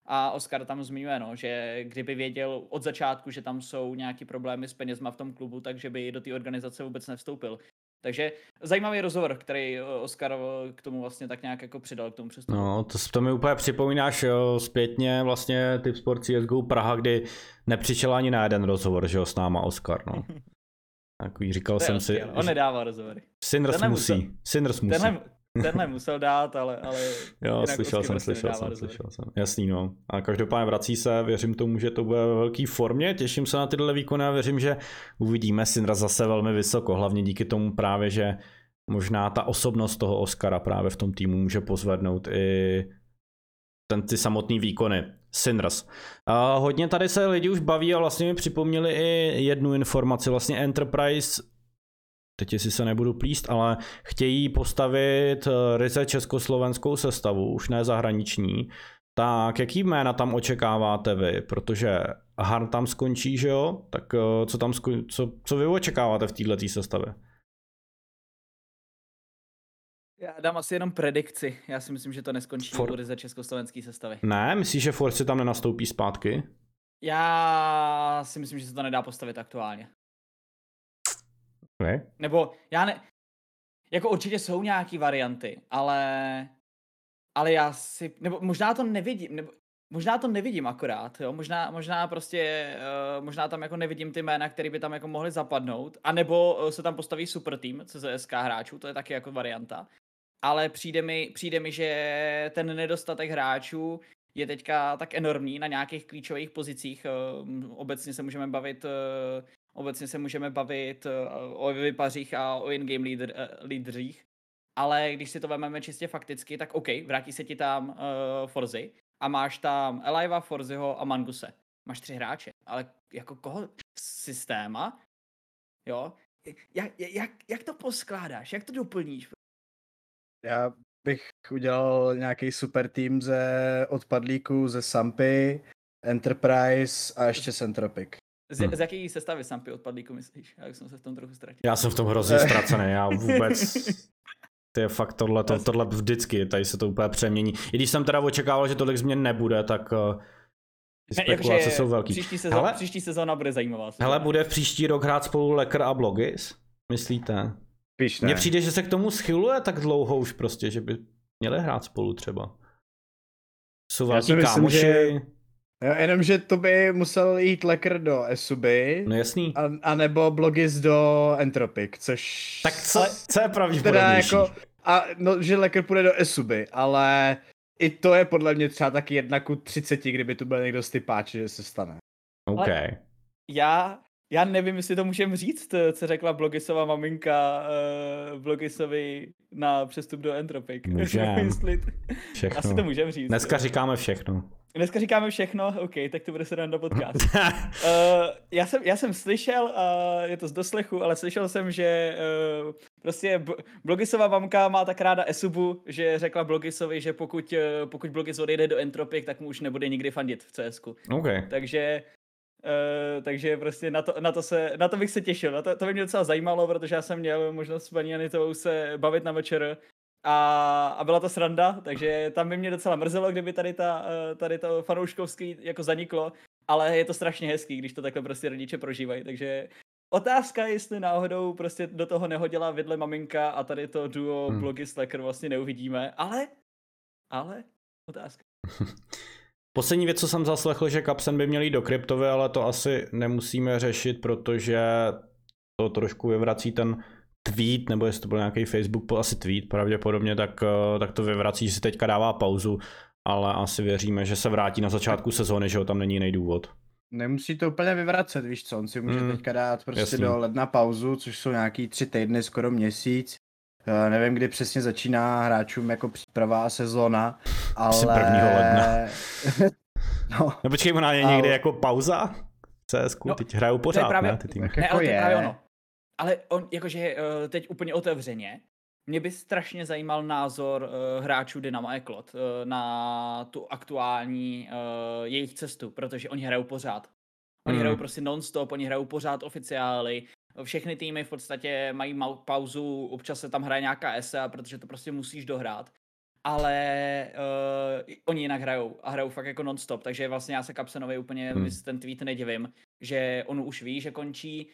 A Oscar tam zmiňuje, no, že kdyby věděl od začátku, že tam jsou nějaký problémy s penězma v tom klubu, takže by do té organizace vůbec nevstoupil. Takže zajímavý rozhovor, který Oscar k tomu vlastně tak nějak jako přidal k tomu přestupu. No, to, to mi úplně připomínáš jo, zpětně vlastně Tip Sport C S G O Praha, kdy nepřišel ani na jeden rozhovor, že jo, s náma Oscar, no. Takový říkal jsem si, že... On nedává rozhovory. Sinners musí, musel... Sinners musí. Tenhle, tenhle musel dát, ale... ale jo, slyšel jsem, prostě slyšel jsem, rozhovory. slyšel jsem. Jasný, no. A každopádně vrací se, věřím tomu, že to bude ve velké formě, těším se na tyhle výkony a věřím, že uvidíme Sinners zase velmi vysoko, hlavně díky tomu právě, že možná ta osobnost toho Oscara právě v tom týmu může pozvednout i ten ty samotný výkony. Sinners. A hodně tady se lidi už baví a vlastně mi připomněli i jednu informaci, vlastně Enterprise, teď si se nebudu plíst, ale chtějí postavit ryze československou sestavu, už ne zahraniční. Tak jaký jména tam očekáváte vy? Protože Harn tam skončí, že jo? Tak co tam sko- co, co vy očekáváte v této sestavě? Já dám asi jenom predikci. Já si myslím, že to neskončí For... u ryze československý sestavy. Ne, myslíš, že Forci tam nenastoupí zpátky? Já si myslím, že se to nedá postavit aktuálně. Okay. Nebo já ne... Jako určitě jsou nějaký varianty, ale... Ale já si... Nebo možná to nevidím, nebo... Možná to nevidím akorát, jo, možná, možná prostě, uh, možná tam jako nevidím ty jména, které by tam jako mohly zapadnout, anebo uh, se tam postaví super tým C Z S K hráčů, to je taky jako varianta, ale přijde mi, přijde mi, že ten nedostatek hráčů je teďka tak enormní na nějakých klíčových pozicích, uh, obecně se můžeme bavit, uh, obecně se můžeme bavit uh, o vypařích a o in-game leader, uh, lídřích, ale když si to vezmeme čistě fakticky, tak OK, vrátí se ti tam uh, Forzy, a máš tam Eliva, Forziho a Manguse. Máš tři hráče, ale jako koho? Systéma? Jo? Jak, jak, jak to poskládáš? Jak to doplníš? Já bych udělal nějaký super tým ze odpadlíků, ze Sampy, Enterprise a ještě Centropic. Z, hmm. z jaký sestavy Sampy odpadlíku myslíš? Já jsem se v tom trochu ztratil. Já jsem v tom hrozně ztracený, já vůbec... To je fakt tohle, to, tohle vždycky, tady se to úplně přemění. I když jsem teda očekával, že tolik změn nebude, tak uh, spekulace jsou velký. Příští sezóna, hele, příští sezóna bude zajímavá. Hele, bude v příští rok hrát spolu Lekr a Blogis? Myslíte? Píš ne. Mně přijde, že se k tomu schyluje tak dlouho už prostě, že by měli hrát spolu třeba. Jsou velký kámoši. Že... Jo, jenom, že to by musel jít Lekr do Esuby. No jasný. A, a nebo Blogis do Entropic, což... Tak co, co je pravděpodobnější? Jako, a, no, že Lekr půjde do Esuby, ale i to je podle mě třeba taky jedna ku třiceti, kdyby tu byl někdo z typáče, že se stane. OK. Ale já, já nevím, jestli to můžeme říct, co řekla Blogisova maminka uh, Blogisovi na přestup do Entropic. Můžeme. Všechno. Asi to můžeme říct. Dneska říkáme všechno. Dneska říkáme všechno, OK, tak to bude se do podcast. uh, já, jsem, já jsem slyšel, uh, je to z doslechu, ale slyšel jsem, že uh, prostě b- Blogisova mamka má tak ráda Esubu, že řekla Blogisovi, že pokud, uh, pokud Blogis odejde do Entropic, tak mu už nebude nikdy fandit v CSku. Okay. Takže Uh, takže prostě na to, na, to se, na to bych se těšil. Na to, to by mě docela zajímalo, protože já jsem měl možnost s paní Anitovou se bavit na večer a, a byla to sranda, takže tam by mě docela mrzelo, kdyby tady, ta, tady to fanouškovský jako zaniklo, ale je to strašně hezký, když to takhle prostě rodiče prožívají, takže otázka, jestli náhodou prostě do toho nehodila vidle maminka a tady to duo hmm. Blogis Lekr vlastně neuvidíme, ale, ale, otázka. Poslední věc, co jsem zaslechl, že Capsen by měl jít do kryptovy, ale to asi nemusíme řešit, protože to trošku vyvrací ten tweet, nebo jestli to byl nějaký Facebook, asi tweet pravděpodobně, tak, tak to vyvrací, že si teďka dává pauzu, ale asi věříme, že se vrátí na začátku sezóny, že ho tam není jiný důvod. Nemusí to úplně vyvracet, víš co, on si může mm, teďka dát prostě jasný. Do ledna pauzu, což jsou nějaký tři týdny, skoro měsíc. Uh, nevím, kdy přesně začíná hráčům jako příprava sezóna, ale... Asi prvního ledna. no, no počkej, ona je ale... někdy jako pauza? C S K, no, teď hrajou pořád, právě... ne, ty týmy. Ne, ale to je právě ono. Ale on, jakože uh, teď úplně otevřeně, mě by strašně zajímal názor uh, hráčů Dynama Eklot uh, na tu aktuální uh, jejich cestu, protože oni hrajou pořád. Oni mm. hrajou prostě non-stop, oni hrajou pořád oficiály, všechny týmy v podstatě mají pauzu, občas se tam hraje nějaká ese, protože to prostě musíš dohrát. ale uh, oni jinak hrajou a hrajou fakt jako non-stop, takže vlastně já se Capsenovi úplně hmm. ten tweet nedivím, že on už ví, že končí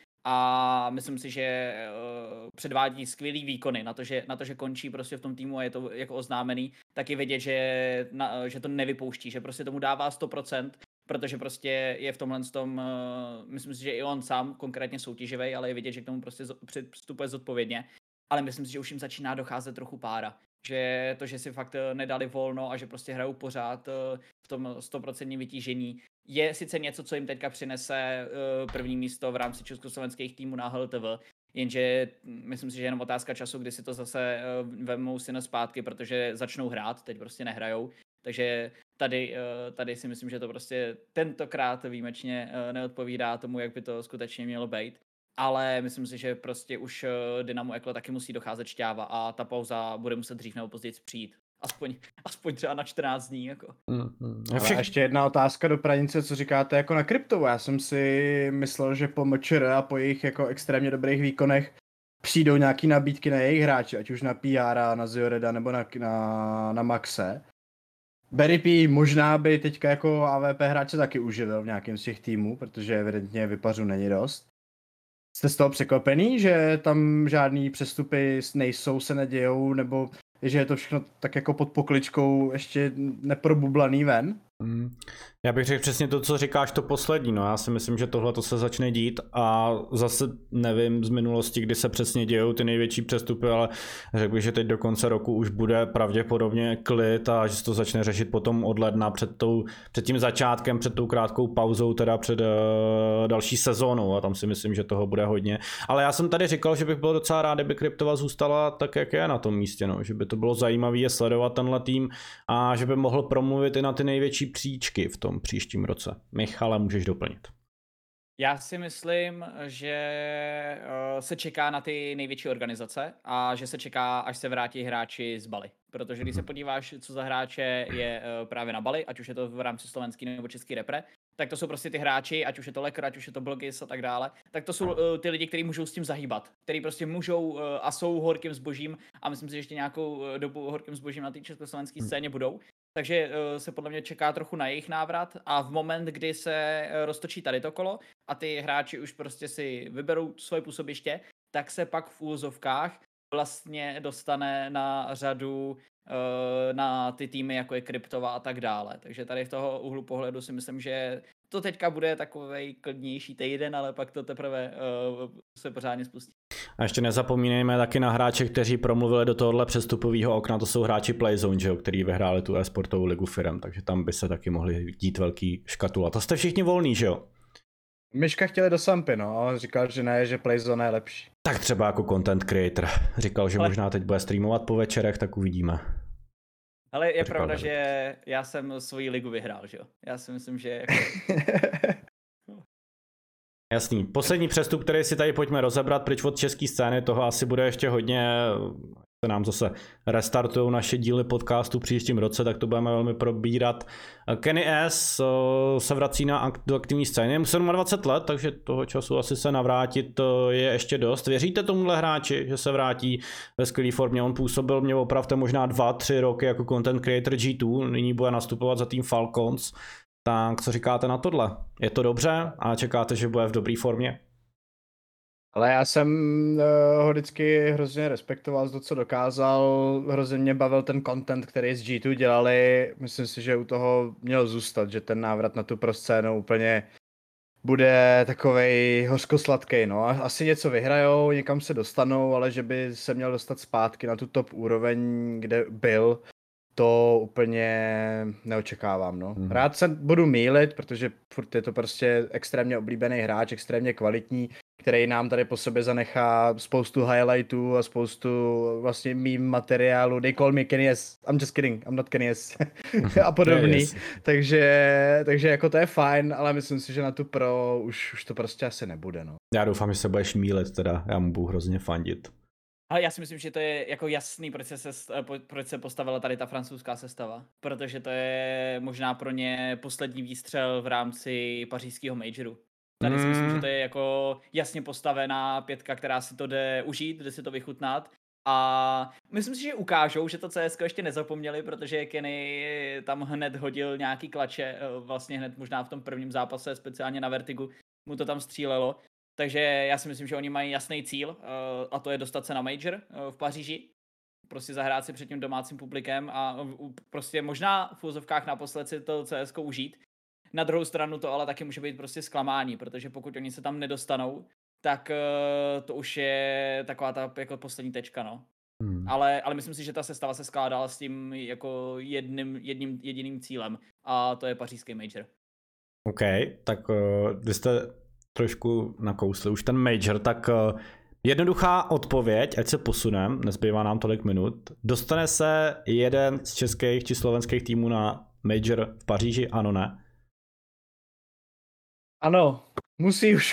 a myslím si, že uh, předvádí skvělý výkony na to, že, na to, že končí prostě v tom týmu a je to jako oznámený, tak je vidět, že, na, že to nevypouští, že prostě tomu dává sto procent, protože prostě je v tomhle tom, uh, myslím si, že i on sám konkrétně soutěživý, ale je vidět, že k tomu prostě přistupuje zodpovědně, ale myslím si, že už jim začíná docházet trochu pára. Že to, že si fakt nedali volno a že prostě hrajou pořád v tom sto procent vytížení, je sice něco, co jim teďka přinese první místo v rámci československých týmů na H L T V, jenže myslím si, že je jenom otázka času, kdy si to zase vemou si na zpátky, protože začnou hrát, teď prostě nehrajou. Takže tady, tady si myslím, že to prostě tentokrát výjimečně neodpovídá tomu, jak by to skutečně mělo být. Ale myslím si, že prostě už Dynamo Eklo taky musí docházet šťáva a ta pauza bude muset dřív nebo později přijít. Aspoň, aspoň třeba na čtrnáct dní. Jako. Mm, a všech... ještě jedna otázka do Pranice, co říkáte jako na kryptou. Já jsem si myslel, že po M Č R a po jejich jako extrémně dobrých výkonech přijdou nějaký nabídky na jejich hráči, ať už na P R, na Zioreda nebo na, na, na Maxe. Berry P možná by teďka jako A V P hráče taky uživil v nějakém z těch týmů, protože evidentně vypařů není dost. Jste z toho překvapený, že tam žádný přestupy nejsou, se nedějou, nebo že je to všechno tak jako pod pokličkou ještě neprobublaný ven? Mm. Já bych řekl přesně to, co říkáš, to poslední. No, já si myslím, že tohle to se začne dít a zase nevím z minulosti, kdy se přesně dějou ty největší přestupy, ale řekl bych, že teď do konce roku už bude pravděpodobně klid a že se to začne řešit potom od ledna před, tou, před tím začátkem, před tou krátkou pauzou, teda před uh, další sezónou a tam si myslím, že toho bude hodně. Ale já jsem tady říkal, že bych byl docela rád, kdyby Kryptova zůstala tak, jak je na tom místě, no. Že by to bylo zajímavé je sledovat tenhle tým a že by mohl promluvit i na ty největší příčky v tom příštím roce. Michale, můžeš doplnit. Já si myslím, že se čeká na ty největší organizace a že se čeká, až se vrátí hráči z Bali. Protože když se podíváš, co za hráče je právě na Bali, ať už je to v rámci slovenský nebo český repre, tak to jsou prostě ty hráči, ať už je to Lekr, ať už je to Blogis a tak dále, tak to jsou uh, ty lidi, kteří můžou s tím zahýbat, kteří prostě můžou uh, a jsou horkým zbožím a myslím si, že ještě nějakou uh, dobu horkým zbožím na té československé scéně budou. Takže uh, se podle mě čeká trochu na jejich návrat a v moment, kdy se uh, roztočí tady to kolo a ty hráči už prostě si vyberou svoje působiště, tak se pak v úvozovkách vlastně dostane na řadu uh, na ty týmy, jako je Kryptova a tak dále. Takže tady v toho úhlu pohledu si myslím, že to teďka bude takovej klidnější týden, ale pak to teprve uh, se pořádně spustí. A ještě nezapomínejme taky na hráče, kteří promluvili do tohohle přestupového okna, to jsou hráči Playzone, že jo, který vyhráli tu e-sportovou ligu firem, takže tam by se taky mohli dít velký škatula. To jste všichni volný, že jo? Myška chtěli do Sampy, no, a on říkal, že ne, že Playzone je lepší. Tak třeba jako content creator. Říkal, že ale... možná teď bude streamovat po večerech, tak uvidíme. Ale je pravda, David, že já jsem svoji ligu vyhrál, že jo? Já si myslím, že jako... Jasný. Poslední přestup, který si tady pojďme rozebrat pryč od české scény, toho asi bude ještě hodně, se nám zase restartují naše díly podcastu příštím roce, tak to budeme velmi probírat. Kenny S. se vrací na do aktivní scény, je mu dvacet sedm let, takže toho času asi se navrátit je ještě dost. Věříte tomuhle hráči, že se vrátí ve skvělé formě? On působil, mě opravdu možná dva, tři roky jako content creator G dva, nyní bude nastupovat za tým Falcons. Tak co říkáte na tohle? Je to dobře a čekáte, že bude v dobré formě? Ale já jsem uh, ho vždycky hrozně respektoval z toho, co dokázal. Hrozně mě bavil ten content, který z G dva dělali. Myslím si, že u toho měl zůstat, že ten návrat na tu pro scénu úplně bude takovej hořkosladkej. No. Asi něco vyhrajou, někam se dostanou, ale že by se měl dostat zpátky na tu top úroveň, kde byl, to úplně neočekávám, no. Hmm. Rád se budu mýlit, protože furt je to prostě extrémně oblíbený hráč, extrémně kvalitní, který nám tady po sobě zanechá spoustu highlightů a spoustu vlastně mým materiálu. They call me Kenny S. I'm just kidding, I'm not Kenny S. a podobný. takže, takže jako to je fajn, ale myslím si, že na tu pro už, už to prostě asi nebude, no. Já doufám, že se budeš mýlit teda, já mu budu hrozně fandit. Ale já si myslím, že to je jako jasný, proč se, proč se postavila tady ta francouzská sestava. Protože to je možná pro ně poslední výstřel v rámci pařížského majoru. Tady mm. si myslím, že to je jako jasně postavená pětka, která si to jde užít, jde si to vychutnat. A myslím si, že ukážou, že to C S ko ještě nezapomněli, protože Kenny tam hned hodil nějaký klače, vlastně hned možná v tom prvním zápase, speciálně na Vertigu, mu to tam střílelo. Takže já si myslím, že oni mají jasný cíl, a to je dostat se na Major v Paříži. Prostě zahrát si před tím domácím publikem a prostě možná v úzovkách naposled si to C S ko užít. Na druhou stranu to ale taky může být prostě zklamání, protože pokud oni se tam nedostanou, tak uh, to už je taková ta jako poslední tečka, no. Hmm. Ale, ale myslím si, že ta sestava se skládala s tím jako jedním, jedním jediným cílem a to je pařížský major. OK, tak uh, vy jste trošku nakousli už ten major, tak uh, jednoduchá odpověď, ať se posunem, nezbývá nám tolik minut. Dostane se jeden z českých či slovenských týmů na major v Paříži, ano, ne? Ano, musí už.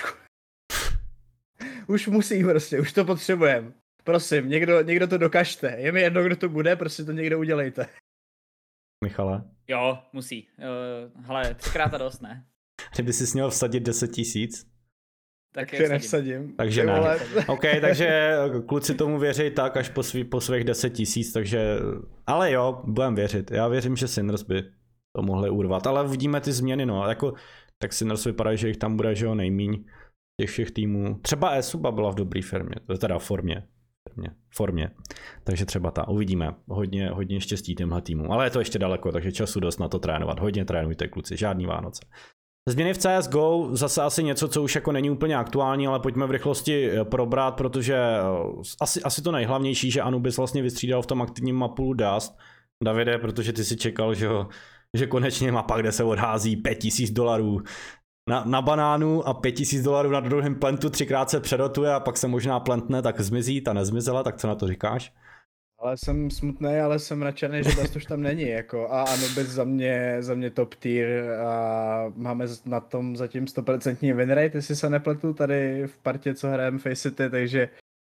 Už musí prostě, už to potřebujeme. Prosím, někdo, někdo to dokažte. Je mi jedno, kdo to bude, prostě to někdo udělejte. Michale? Jo, musí. Uh, hele, třikrát a dost, ne? Kdyby jsi měl vsadit deset tisíc? Tak je nevsadím. Takže ne. OK, takže kluci tomu věří tak až po, svý, po svých deset tisíc, takže... Ale jo, budem věřit. Já věřím, že Sinners by to mohli urvat, ale uvidíme ty změny, no. Jako, tak Sinners vypadá, že jich tam bude, že jo, nejmíň těch všech týmů. Třeba eSuba byla v dobré firmě, teda formě. Formě. formě. Takže třeba ta, uvidíme. Hodně, hodně štěstí těmhle týmu. Ale je to ještě daleko, takže času dost na to trénovat. Hodně trénujte, kluci, žádný Vánoce. Změny v C S G O, zase asi něco, co už jako není úplně aktuální, ale pojďme v rychlosti probrat, protože asi, asi to nejhlavnější, že Anubis vlastně vystřídal v tom aktivním mapu Dust. Davide, protože ty si čekal, že, že konečně mapa, kde se odhází pět tisíc dolarů na, na banánu a pět tisíc dolarů na druhém plantu, třikrát se předotuje a pak se možná plantne, tak zmizí, ta nezmizela, tak co na to říkáš? Ale jsem smutný, ale jsem nadšený, že Dust už tam není, jako a Anubis za mě, za mě top tier a máme na tom zatím sto procent win rate, jestli se nepletu tady v partě, co hrajeme Faceit, takže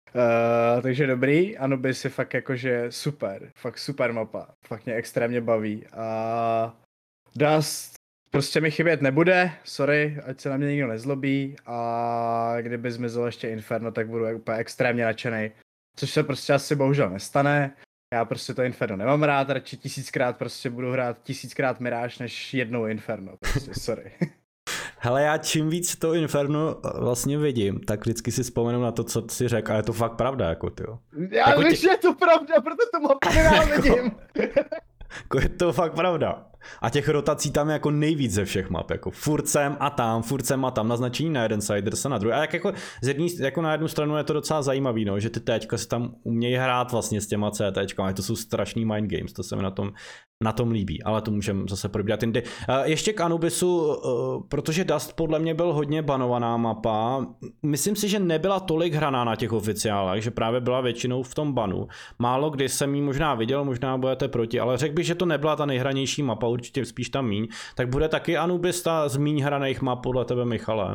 uh, takže dobrý, Anubis je fakt jakože super, fakt super mapa, fakt mě extrémně baví a Dust prostě mi chybět nebude, sorry, ať se na mě nikdo nezlobí a kdyby zmizelo ještě Inferno, tak budu úplně extrémně nadšený. Což se prostě asi bohužel nestane. Já prostě to Inferno nemám rád, radši tisíckrát prostě budu hrát tisíckrát Mirage než jednou Inferno, prostě sorry. Hele, já čím víc to Inferno vlastně vidím, tak vždycky si vzpomenu na to, co jsi řekl, a je to fakt pravda, jako ty. Já jako víš, tě... že je to pravda, proto to mám vidím. Jako je to fakt pravda. A těch rotací tam je jako nejvíc ze všech map, jako furt sem a tam, furt sem a tam, naznačení na jeden side, se na druhý. A jak jako, z jedný, jako na jednu stranu je to docela zajímavý, no, že ty téčka si tam umějí hrát vlastně s těma CTčkami, to jsou strašný mind games, to se mi na tom, na tom líbí, ale to můžeme zase probírat jindy. Ještě k Anubisu, protože Dust podle mě byl hodně banovaná mapa, myslím si, že nebyla tolik hraná na těch oficiálech, že právě byla většinou v tom banu. Málo kdy jsem ji možná viděl, možná budete proti, ale řekl bych, že to nebyla ta nejhranější mapa, určitě spíš tam míň. Tak bude taky Anubis ta z míň hraných map podle tebe, Michale?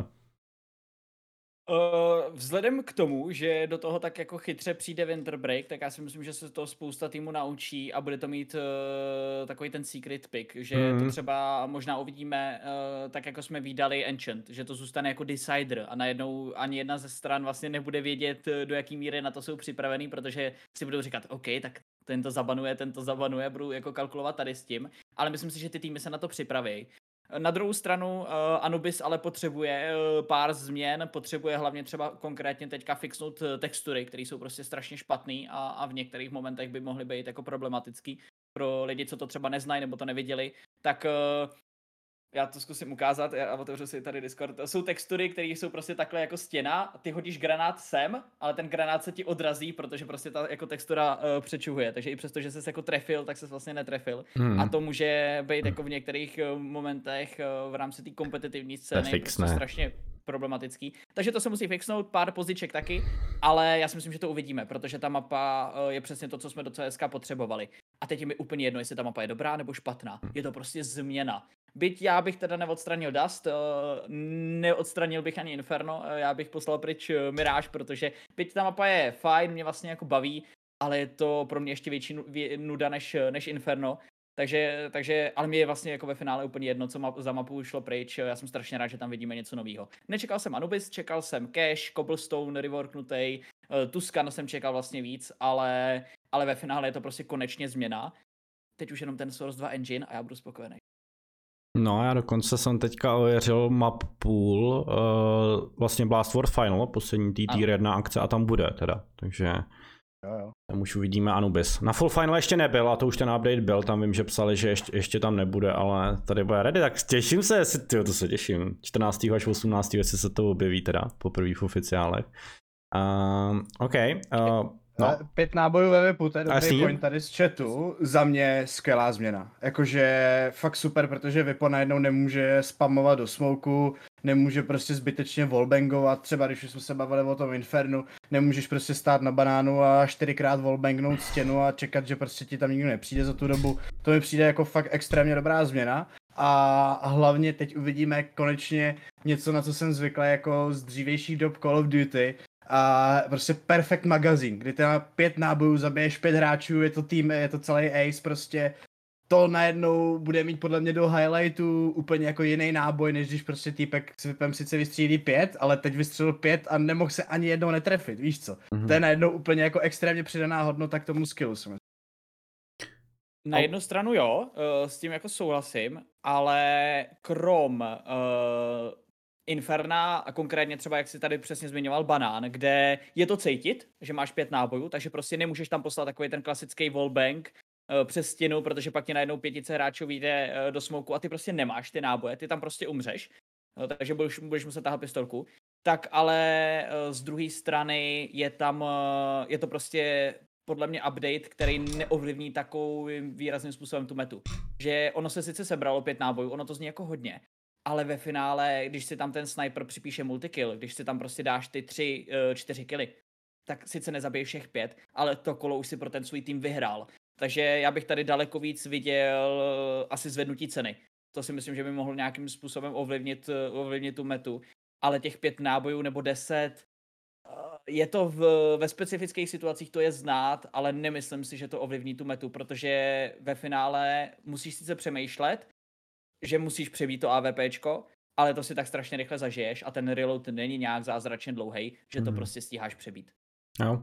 Uh, vzhledem k tomu, že do toho tak jako chytře přijde Winter Break, tak já si myslím, že se to spousta týmu naučí a bude to mít uh, takový ten secret pick, že mm. to třeba možná uvidíme uh, tak jako jsme vídali Enchant, že to zůstane jako decider a najednou ani jedna ze stran vlastně nebude vědět, do jaký míry na to jsou připravený, protože si budou říkat, OK, tak ten to zabanuje, ten to zabanuje, budu jako kalkulovat tady s tím, ale myslím si, že ty týmy se na to připraví. Na druhou stranu uh, Anubis ale potřebuje uh, pár změn, potřebuje hlavně třeba konkrétně teďka fixnout textury, které jsou prostě strašně špatný a, a v některých momentech by mohly být jako problematický pro lidi, co to třeba neznají nebo to neviděli, tak uh, já to zkusím ukázat, já otevřu si tady Discord. To jsou textury, které jsou prostě takhle jako stěna, ty hodíš granát sem, ale ten granát se ti odrazí, protože prostě ta jako textura uh, přečuhuje, takže i přesto, že ses jako trefil, tak ses vlastně netrefil. Hmm. A to může být jako v některých uh, momentech uh, v rámci té kompetitivní scény prostě strašně problematický. Takže to se musí fixnout, pár poziček taky, ale já si myslím, že to uvidíme, protože ta mapa uh, je přesně to, co jsme do C S K potřebovali. A teď je mi úplně jedno, jestli ta mapa je dobrá nebo špatná. Je to prostě změna. Byť já bych teda neodstranil Dust, neodstranil bych ani Inferno, já bych poslal pryč Mirage, protože byť ta mapa je fajn, mě vlastně jako baví, ale je to pro mě ještě větší nuda než, než Inferno. Takže, takže, ale mi je vlastně jako ve finále úplně jedno, co map, za mapu šlo pryč, já jsem strašně rád, že tam vidíme něco nového. Nečekal jsem Anubis, čekal jsem Cache, Cobblestone, reworknutej, Tuscan jsem čekal vlastně víc, ale, ale ve finále je to prostě konečně změna. Teď už jenom ten Source dva engine a já budu spokojený. No já dokonce jsem teďka ověřil map pool, uh, vlastně Blast World Final, poslední tý tier jedna akce a tam bude teda, takže jo, jo. tam už uvidíme Anubis. Na Full Final ještě nebyl a to už ten update byl, tam vím, že psali, že ještě, ještě tam nebude, ale tady bude ready, tak těším se, jestli, tyjo, to se těším, čtrnáctého až osmnáctého jestli se to objeví teda, poprvé v oficiálech. Uh, OK. Uh, No. Pět nábojů ve VIPu, to je dobrý Jasný. point tady z chatu. Za mě skvělá změna. Jakože fakt super, protože VIPo najednou nemůže spamovat do smoku, nemůže prostě zbytečně wallbangovat, třeba když už jsme se bavili o tom Infernu, nemůžeš prostě stát na banánu a čtyřikrát wallbangnout stěnu a čekat, že prostě ti tam nikdo nepřijde za tu dobu. To mi přijde jako fakt extrémně dobrá změna. A hlavně teď uvidíme konečně něco, na co jsem zvyklý jako z dřívějších dob Call of Duty. A prostě perfect magazín, kdy teda pět nábojů zabiješ pět hráčů, je to tým, je to celý ace, prostě to najednou bude mít podle mě do highlightu úplně jako jiný náboj, než když prostě týpek s VIPem sice vystřílí pět, ale teď vystřelil pět a nemohl se ani jednou netrefit, víš co? Mm-hmm. To je najednou úplně jako extrémně přidaná hodnota k tomu skillu. Na jednu stranu jo, s tím jako souhlasím, ale krom uh, Inferna a konkrétně třeba, jak si tady přesně zmiňoval Banán, kde je to cítit, že máš pět nábojů, takže prostě nemůžeš tam poslat takový ten klasický wallbang uh, přes stěnu, protože pak ti najednou pětice hráčů vyjde uh, do smoku a ty prostě nemáš ty náboje, ty tam prostě umřeš, uh, takže budeš, budeš muset tahat pistolku. Tak ale uh, z druhé strany je tam, uh, je to prostě podle mě update, který neovlivní takovým výrazným způsobem tu metu. Že ono se sice sebralo pět nábojů, ono to zní jako hodně, ale ve finále, když si tam ten sniper připíše multikill, když si tam prostě dáš ty tři, čtyři killy, tak sice nezabiješ všech pět, ale to kolo už si pro ten svůj tým vyhrál. Takže já bych tady daleko víc viděl asi zvednutí ceny. To si myslím, že by mohl nějakým způsobem ovlivnit, ovlivnit tu metu. Ale těch pět nábojů nebo deset, je to v, ve specifických situacích to je znát, ale nemyslím si, že to ovlivní tu metu, protože ve finále musíš sice přemýšlet, že musíš přebít to AWPčko, ale to si tak strašně rychle zažiješ a ten reload není nějak zázračně dlouhej, že to mm. prostě stíháš přebít. Jo.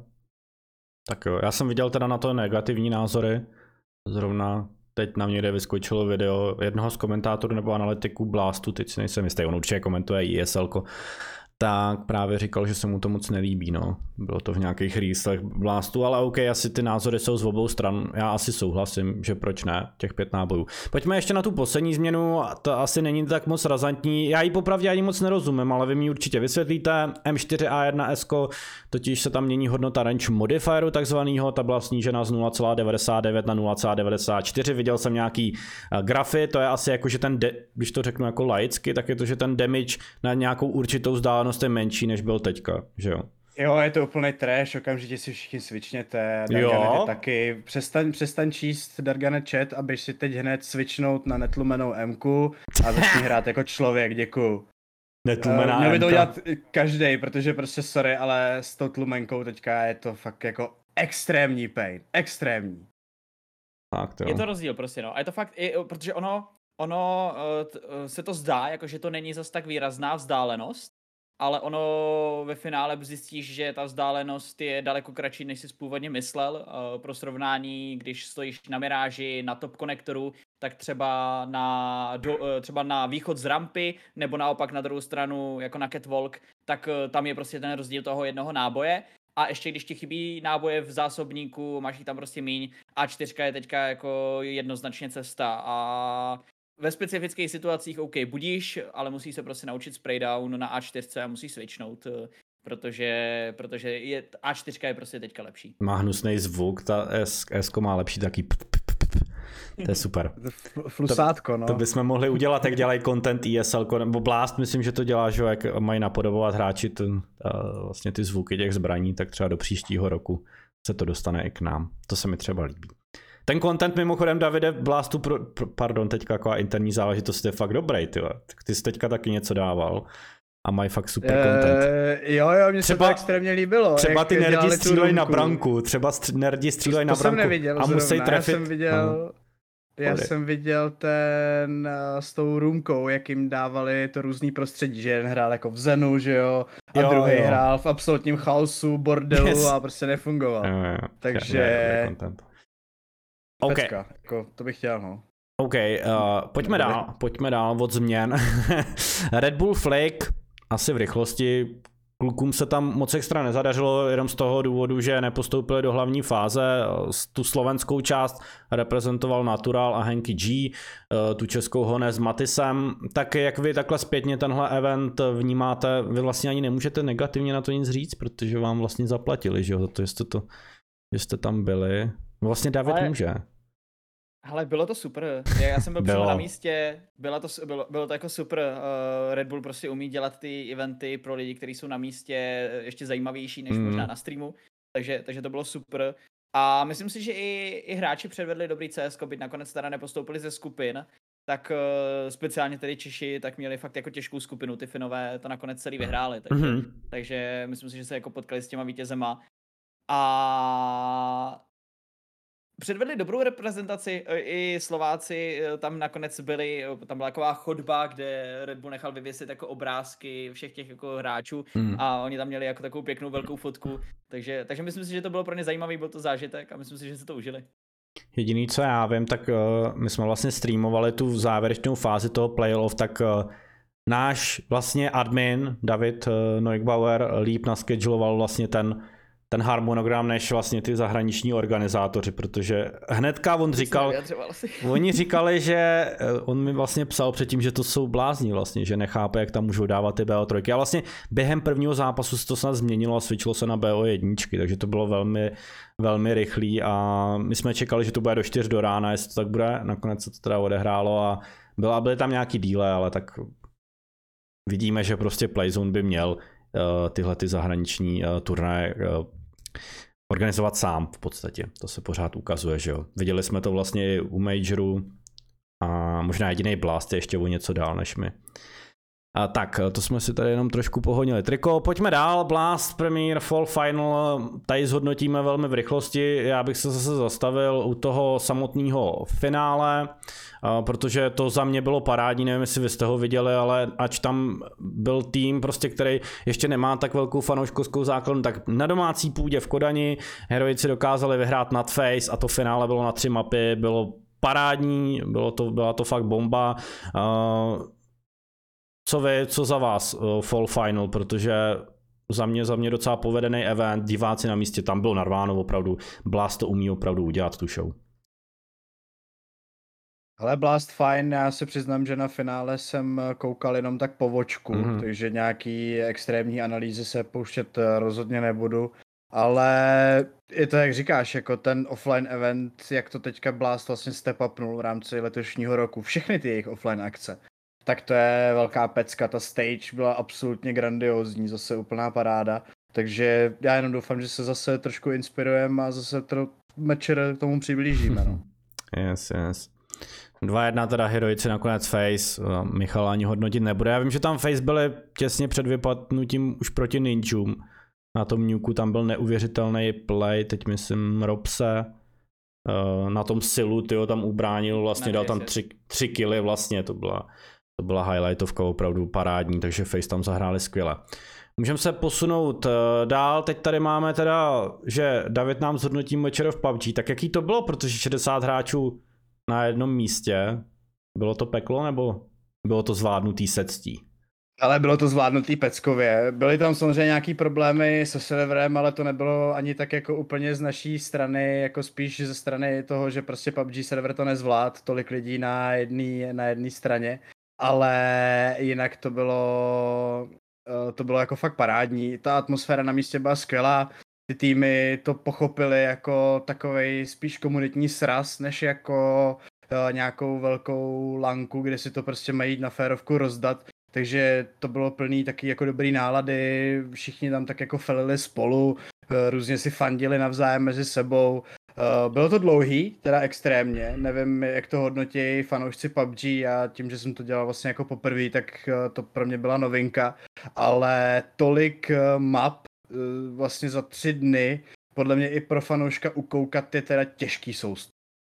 Tak jo, já jsem viděl teda na to negativní názory. Zrovna teď na mě kde vyskočilo video jednoho z komentátorů nebo analytiků Blastu, teď si nejsem jistý, on určitě komentuje I S L ko, tak právě říkal, že se mu to moc nelíbí, no. Bylo to v nějakých rýslech Blastu, ale OK, asi ty názory jsou z obou stran. Já asi souhlasím, že proč ne, těch pět nábojů. Pojďme ještě na tu poslední změnu, to asi není tak moc razantní. Já ji popravdě ani moc nerozumím, ale vy mi určitě vysvětlíte. M čtyři A jedna S, totiž se tam mění hodnota range modifieru takzvanýho, ta byla snížena z nula celá devadesát devět na nula celá devadesát čtyři. Viděl jsem nějaký grafy, to je asi jako, že ten, de- když to řeknu jako laicky, tak je to, že ten damage na nějakou určitou vzdálenost je menší, než byl teďka, že jo? Jo, je to úplný trash, okamžitě si všichni switchněte, Darganet taky. Přestaň, přestaň číst Darganet chat a běž si teď hned switchnout na netlumenou M-ku a začni hrát jako člověk, děkuju. Netlumená uh, Měl by to M-ka. udělat každej, protože prostě sorry, ale s tou tlumenkou teďka je to fakt jako extrémní pain, extrémní. Tak to je to rozdíl prostě, no. A je to fakt, i, protože ono, ono uh, t, uh, se to zdá, jako že to není zas tak výrazná vzdálenost, ale ono ve finále zjistíš, že ta vzdálenost je daleko kratší, než jsi původně myslel. Pro srovnání, když stojíš na miráži, na top konektoru, tak třeba na, do, třeba na východ z rampy, nebo naopak na druhou stranu, jako na catwalk, tak tam je prostě ten rozdíl toho jednoho náboje. A ještě když ti chybí náboje v zásobníku, máš jich tam prostě míň, A čtyři je teďka jako jednoznačně cesta a ve specifických situacích OK, budíš, ale musíš se prostě naučit spraydown na A čtyři a musíš switchnout, protože, protože je, A čtyři je prostě teďka lepší. Má hnusný zvuk, ta S, S má lepší taky p, p, p, p. To je super. Flusátko, no. To, to bychom mohli udělat, jak dělají content I S L ko, nebo Blast, myslím, že to dělá, že jak mají napodobovat hráči ten, vlastně ty zvuky těch zbraní, tak třeba do příštího roku se to dostane i k nám. To se mi třeba líbí. Ten content mimochodem, Davide, Blastu, pro, pro, pardon, teďka taková interní záležitost, je fakt dobrý, tyhle. Tak ty jsi teďka taky něco dával a mají fakt super uh, content. Jo, jo, mně třeba, se to extrémně líbilo. Třeba ty nerdi střílejí na branku, třeba stř- nerdi střílejí na branku neviděl, a musí trefit. Já jsem viděl, Já Pojde. jsem viděl ten uh, s tou růmkou, jak jim dávali to různý prostředí, že jeden hrál jako v Zenu, že jo, a Jo, druhý jo. hrál v absolutním chaosu, bordelu Yes. a prostě nefungoval. Jo, jo, Takže- je- je dobrý content. OK, Pecka, jako, to bych chtěl, no. OK, uh, pojďme Dobrý. dál, pojďme dál od změn. Red Bull Flake, asi v rychlosti, klukům se tam moc extra nezadařilo, jenom z toho důvodu, že nepostoupili do hlavní fáze. Tu slovenskou část reprezentoval Natural a Henky G, tu českou Hone s Matisem. Tak jak vy takhle zpětně tenhle event vnímáte, vy vlastně ani nemůžete negativně na to nic říct, protože vám vlastně zaplatili, že jo, za to, že jste, to, že jste tam byli. Vlastně David Ale- může. Hele, bylo to super. Já, já jsem byl přímo Bylo. na místě, bylo to, s- bylo, bylo to jako super. Uh, Red Bull prostě umí dělat ty eventy pro lidi, kteří jsou na místě eh, ještě zajímavější než Mm. možná na streamu. Takže, takže to bylo super. A myslím si, že i, i hráči předvedli dobrý C S, byť nakonec teda nepostoupili ze skupin, tak uh, speciálně tedy Češi tak měli fakt jako těžkou skupinu, ty Finové to nakonec celý vyhráli. Takže, Mhm. takže myslím si, že se jako potkali s těma vítězema. A předvedli dobrou reprezentaci, e, i Slováci e, tam nakonec byli, e, tam byla taková chodba, kde Red Bull nechal vyvěsit jako obrázky všech těch jako hráčů Mm. a oni tam měli jako takovou pěknou velkou fotku, takže, takže myslím si, že to bylo pro ně zajímavý, byl to zážitek a myslím si, že se to užili. Jediný, co já vím, tak uh, my jsme vlastně streamovali tu závěrečnou fázi toho playoff, tak uh, náš vlastně admin David uh, Neugbauer líp nascheduloval vlastně ten, ten harmonogram než vlastně ty zahraniční organizátoři, protože hnedka on říkal, Nevyjadřoval si. oni říkali, že uh, on mi vlastně psal předtím, že to jsou blázni vlastně, že nechápe, jak tam můžou dávat ty B O tři. A vlastně během prvního zápasu se to snad změnilo a switchlo se na B O jedna, takže to bylo velmi, velmi rychlý a my jsme čekali, že to bude do čtyř do rána, jestli to tak bude, nakonec se to teda odehrálo a byla, byly tam nějaký díle, ale tak vidíme, že prostě Playzone by měl uh, tyhle ty zahraniční uh, turnaje uh, organizovat sám v podstatě. To se pořád ukazuje, že jo. Viděli jsme to vlastně i u Majoru a možná jediný Blast je ještě o něco dál než my. A tak, to jsme si tady jenom trošku pohodili triko. Pojďme dál, Blast Premier Fall Final, tady zhodnotíme velmi v rychlosti. Já bych se zase zastavil u toho samotného finále, protože to za mě bylo parádní, nevím, jestli vy jste ho viděli, ale ač tam byl tým, prostě, který ještě nemá tak velkou fanouškovskou základnu, tak na domácí půdě v Kodani heroici dokázali vyhrát nad Face a to finále bylo na tři mapy, bylo parádní, bylo to, byla to fakt bomba. Co vy, co za vás uh, Fall Final, protože za mě, za mě docela povedený event, diváci na místě, tam bylo narváno opravdu, Blast to umí opravdu udělat tu show. Ale Blast fajn, já se přiznám, že na finále jsem koukal jenom tak po vočku, Mhm. mm-hmm. takže nějaký extrémní analýzy se pouštět rozhodně nebudu. Ale je to, jak říkáš, jako ten offline event, jak to teďka Blast vlastně step upnul v rámci letošního roku, všechny ty jejich offline akce. Tak to je velká pecka, ta stage byla absolutně grandiózní, zase úplná paráda. Takže já jenom doufám, že se zase trošku inspirujeme a zase to Mečer k tomu přiblížíme. No. Yes, yes. dva jedna teda heroici nakonec Face, Michal ani hodnotit nebude. Já vím, že tam Face byly těsně před vypadnutím už proti Ninjům. Na tom Nuku tam byl neuvěřitelný play, teď myslím Robse. Na tom Silu, tyho tam ubránil, vlastně dal tam tři, tři killy vlastně, to byla, to byla highlightovka opravdu parádní, takže Face tam zahráli skvěle. Můžeme se posunout dál, teď tady máme teda, že David nám zhodnotí Mečer v P U B G, tak jaký to bylo, protože šedesát hráčů na jednom místě, bylo to peklo nebo bylo to zvládnutý se ctí? Ale bylo to zvládnutý peckově. Byly tam samozřejmě nějaký problémy se serverem, ale to nebylo ani tak jako úplně z naší strany, jako spíš ze strany toho, že prostě P U B G server to nezvlád, tolik lidí na jedné na jedné straně. Ale jinak to bylo, to bylo jako fakt parádní. Ta atmosféra na místě byla skvělá. Ty týmy to pochopily jako takovej spíš komunitní sraz, než jako nějakou velkou lanku, kde si to prostě mají jít na férovku rozdat. Takže to bylo plný taky jako dobrý nálady, všichni tam tak jako felili spolu, různě si fandili navzájem mezi sebou. Bylo to dlouhý, teda extrémně, nevím, jak to hodnotí fanoušci P U B G, a tím, že jsem to dělal vlastně jako poprvé, tak to pro mě byla novinka, ale tolik map vlastně za tři dny, podle mě i pro fanouška ukoukat je teda těžký soust.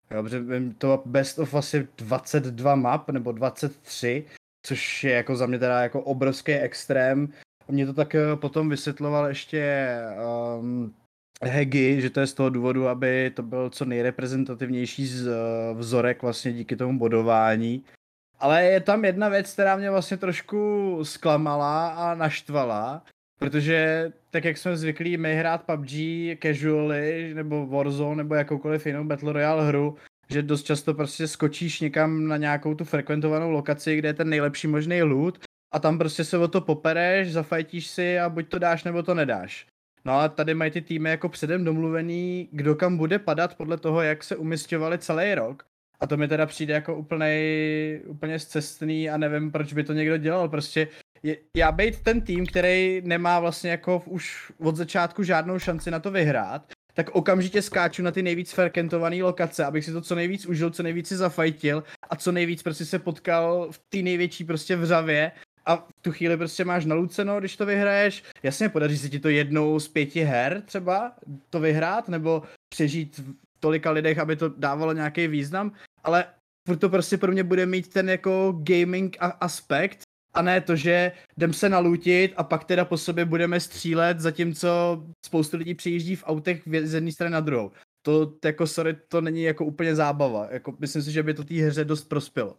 Dobře, to best of asi dvacet dva map, nebo dvacet tři, což je jako za mě teda jako obrovský extrém. Mě to tak potom vysvětloval ještě um, Hegi, že to je z toho důvodu, aby to byl co nejreprezentativnější z, vzorek vlastně díky tomu bodování. Ale je tam jedna věc, která mě vlastně trošku zklamala a naštvala, protože tak jak jsme zvyklí my hrát P U B G casually, nebo Warzone, nebo jakoukoliv jinou Battle Royale hru, že dost často prostě skočíš někam na nějakou tu frekventovanou lokaci, kde je ten nejlepší možný loot a tam prostě se o to popereš, zafajtíš si a buď to dáš, nebo to nedáš. No a tady mají ty týmy jako předem domluvený, kdo kam bude padat podle toho, jak se umisťovali celý rok. A to mi teda přijde jako úplnej, úplně zcestný a nevím, proč by to někdo dělal. Prostě je, já bejt ten tým, který nemá vlastně jako už od začátku žádnou šanci na to vyhrát, tak okamžitě skáču na ty nejvíc frekventované lokace, abych si to co nejvíc užil, co nejvíc si zafajtil a co nejvíc prostě se potkal v té největší prostě vřavě. A v tu chvíli prostě máš naluceno, když to vyhraješ. Jasně, podaří se ti to jednou z pěti her třeba to vyhrát, nebo přežít v tolika lidech, aby to dávalo nějaký význam, ale furt to prostě pro mě bude mít ten jako gaming a- aspekt, a ne to, že jdem se nalutit a pak teda po sobě budeme střílet, zatímco spoustu lidí přijíždí v autech z jedné strany na druhou. To jako sorry, to není jako úplně zábava. Jako, myslím si, že by to té hře dost prospělo.